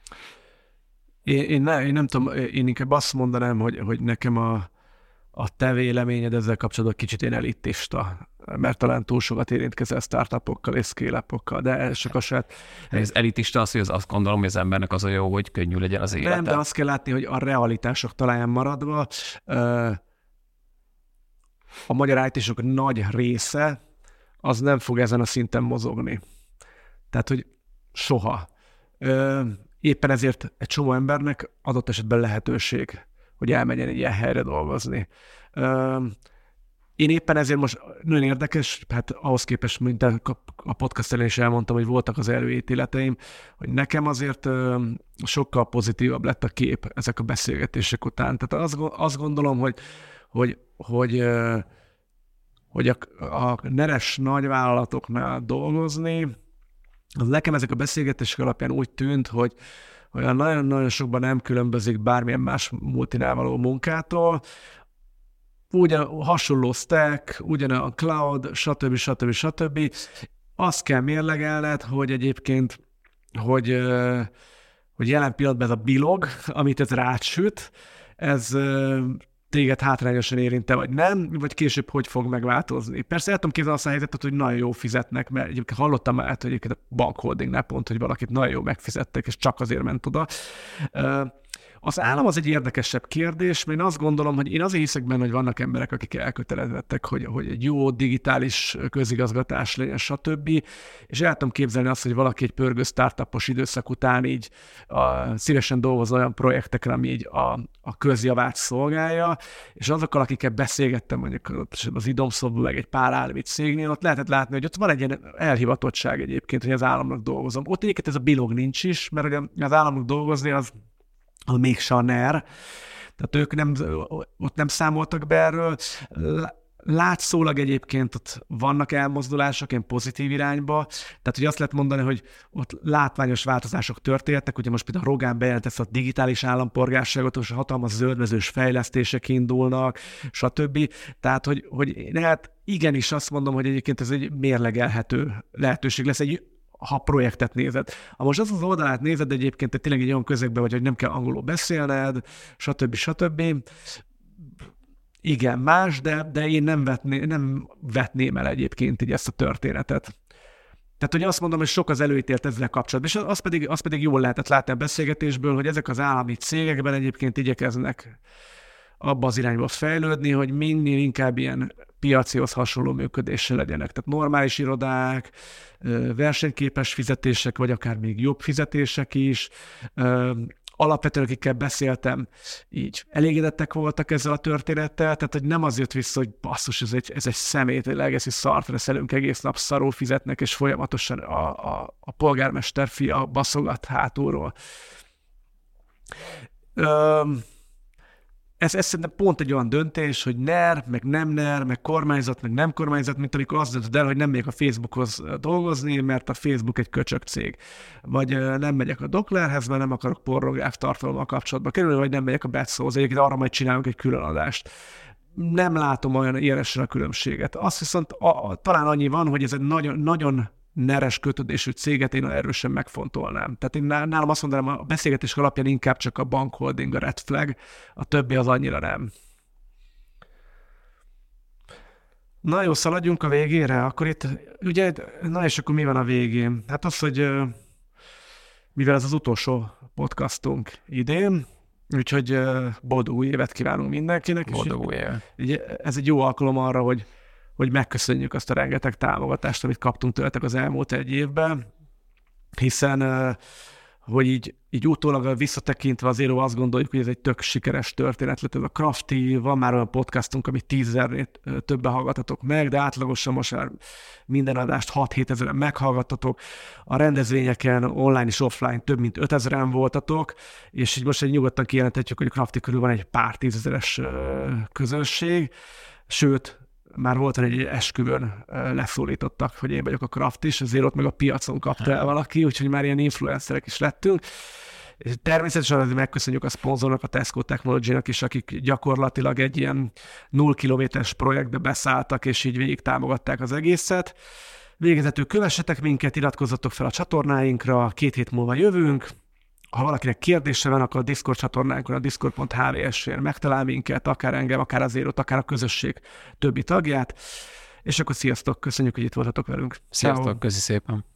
Én nem tudom, én inkább azt mondanám, hogy nekem a te véleményed ezzel kapcsolatban kicsit én elitista, mert talán túl sokat érintkezel startupokkal és scale-upokkal, de ez csak a saját... Ez elitista az, hogy azt gondolom, hogy az embernek az a jó, hogy könnyű legyen az élete. Nem, de azt kell látni, hogy a realitások talaján maradva a magyar IT-sok nagy része az nem fog ezen a szinten mozogni. Tehát, hogy soha. Éppen ezért egy csomó embernek adott esetben lehetőség, hogy elmenjen egy ilyen helyre dolgozni. Én éppen ezért most nagyon érdekes, hát ahhoz képest, mint a podcast elén is elmondtam, hogy voltak az előítéleteim, hogy nekem azért sokkal pozitívabb lett a kép ezek a beszélgetések után. Tehát azt gondolom, hogy a neres nagyvállalatoknál dolgozni, az nekem ezek a beszélgetések alapján úgy tűnt, hogy olyan nagyon-nagyon sokban nem különbözik bármilyen más multinál való munkától, ugyan hasonló stack, ugyan a cloud, stb. Azt kell mérlegelned, hogy egyébként, hogy jelen pillanatban ez a bilog, amit ez rácsüt, ez téged hátrányosan érinte, vagy nem, vagy később hogy fog megváltozni. Persze el tudom képzelni azt a helyzetet, hogy nagyon jó fizetnek, mert egyébként hallottam már, hogy egyébként a bankholdingnál pont, hogy valakit nagyon jó megfizettek, és csak azért ment oda. Az állam az egy érdekesebb kérdés, mert én azt gondolom, hogy én azért hiszek benne, hogy vannak emberek, akik elkötelezettek, hogy egy jó digitális közigazgatás legyen, stb. És el tudom képzelni azt, hogy valaki egy pörgő startupos időszak után így szívesen dolgoz olyan projektekre, ami így a közjavát szolgálja, és azokkal, akikkel beszélgettem, mondjuk az idomszobban, meg egy pár állami cégnél, ott lehetett látni, hogy ott van egy ilyen elhivatottság egyébként, hogy az államnak dolgozom. Ott egyébként ez a bilog nincs is, mert hogy az államnak dolgozni az mégse a NER, tehát ők ott nem számoltak be erről. Látszólag egyébként ott vannak elmozdulások ilyen pozitív irányba, tehát hogy azt lehet mondani, hogy ott látványos változások történtek, ugye most például Rogán bejelentette a digitális állampolgárságot, és hatalmas zöldmezős fejlesztések indulnak, stb. Tehát, hogy hát igenis azt mondom, hogy egyébként ez egy mérlegelhető lehetőség lesz, ha projektet nézed. Ha most az oldalát nézed, egyébként te tényleg egy olyan közegben vagy, hogy nem kell angolul beszélned, stb. Igen, más, de én nem vetném el egyébként így ezt a történetet. Tehát, hogy azt mondom, hogy sok az előítélt ezzel kapcsolatban, és az pedig jól lehetett látni a beszélgetésből, hogy ezek az állami cégekben egyébként igyekeznek abba az irányba fejlődni, hogy minél inkább ilyen piacihoz hasonló működéssel legyenek. Tehát normális irodák, versenyképes fizetések, vagy akár még jobb fizetések is. Alapvetően, akikkel beszéltem, így elégedettek voltak ezzel a történettel, tehát hogy nem az jött vissza, hogy basszus, ez egy szemét, egy legacy szart reszelünk, egész nap szarul fizetnek, és folyamatosan a polgármester fia baszogat hátulról. Ez szerintem pont egy olyan döntés, hogy NER, meg nem NER, meg kormányzat, meg nem kormányzat, mint amikor azt döntöd el, hogy nem megyek a Facebookhoz dolgozni, mert a Facebook egy köcsög cég. Vagy nem megyek a Doklerhez, mert nem akarok pornográf tartalommal kapcsolatba kerülni, vagy nem megyek a Betszóhoz, egyébként arra majd csinálunk egy külön adást. nem látom olyan élesen a különbséget. Azt viszont talán annyi van, hogy ez egy nagyon, nagyon neres kötődésű céget én erősen megfontolnám. Tehát én nálam azt mondanám, a beszélgetés alapján inkább csak a bankholding a red flag, a többi az annyira nem. Na jó, szaladjunk a végére. Akkor itt, ugye, na és akkor mi van a végén? Hát az, hogy mivel ez az utolsó podcastunk idén, úgyhogy boldog új évet kívánunk mindenkinek. Boldog új évet. Ez egy jó alkalom arra, hogy megköszönjük azt a rengeteg támogatást, amit kaptunk tőletek az elmúlt egy évben, hiszen hogy így utólag visszatekintve azért azt gondoljuk, hogy ez egy tök sikeres történet lett. Ez a Crafty, van már olyan podcastunk, amit 10 000-nél többen hallgatatok meg, de átlagosan most már minden adást 6-7 ezeren meghallgattatok. A rendezvényeken online és offline több mint 5 000-en voltatok, és így most egy nyugodtan kijelenthetjük, hogy a Crafty körül van egy pár tízezeres közönség, sőt, már volt egy esküvőn leszólítottak, hogy én vagyok a Craft is, azért ott meg a piacon kapta el valaki, úgyhogy már ilyen influencerek is lettünk. És természetesen azért megköszönjük a szponzornak, a Tesco Technology-nak is, akik gyakorlatilag egy ilyen 0 kilométeres projektbe beszálltak, és így végig támogatták az egészet. Végezetül kövessetek minket, iratkozzatok fel a csatornáinkra, 2 hét múlva jövünk. Ha valakinek kérdése van, akkor a Discord csatornánkon, a discord.hvs-en megtalál minket, akár engem, akár az Zérot, akár a közösség többi tagját. És akkor sziasztok, köszönjük, hogy itt voltatok velünk. Sziasztok, köszi szépen.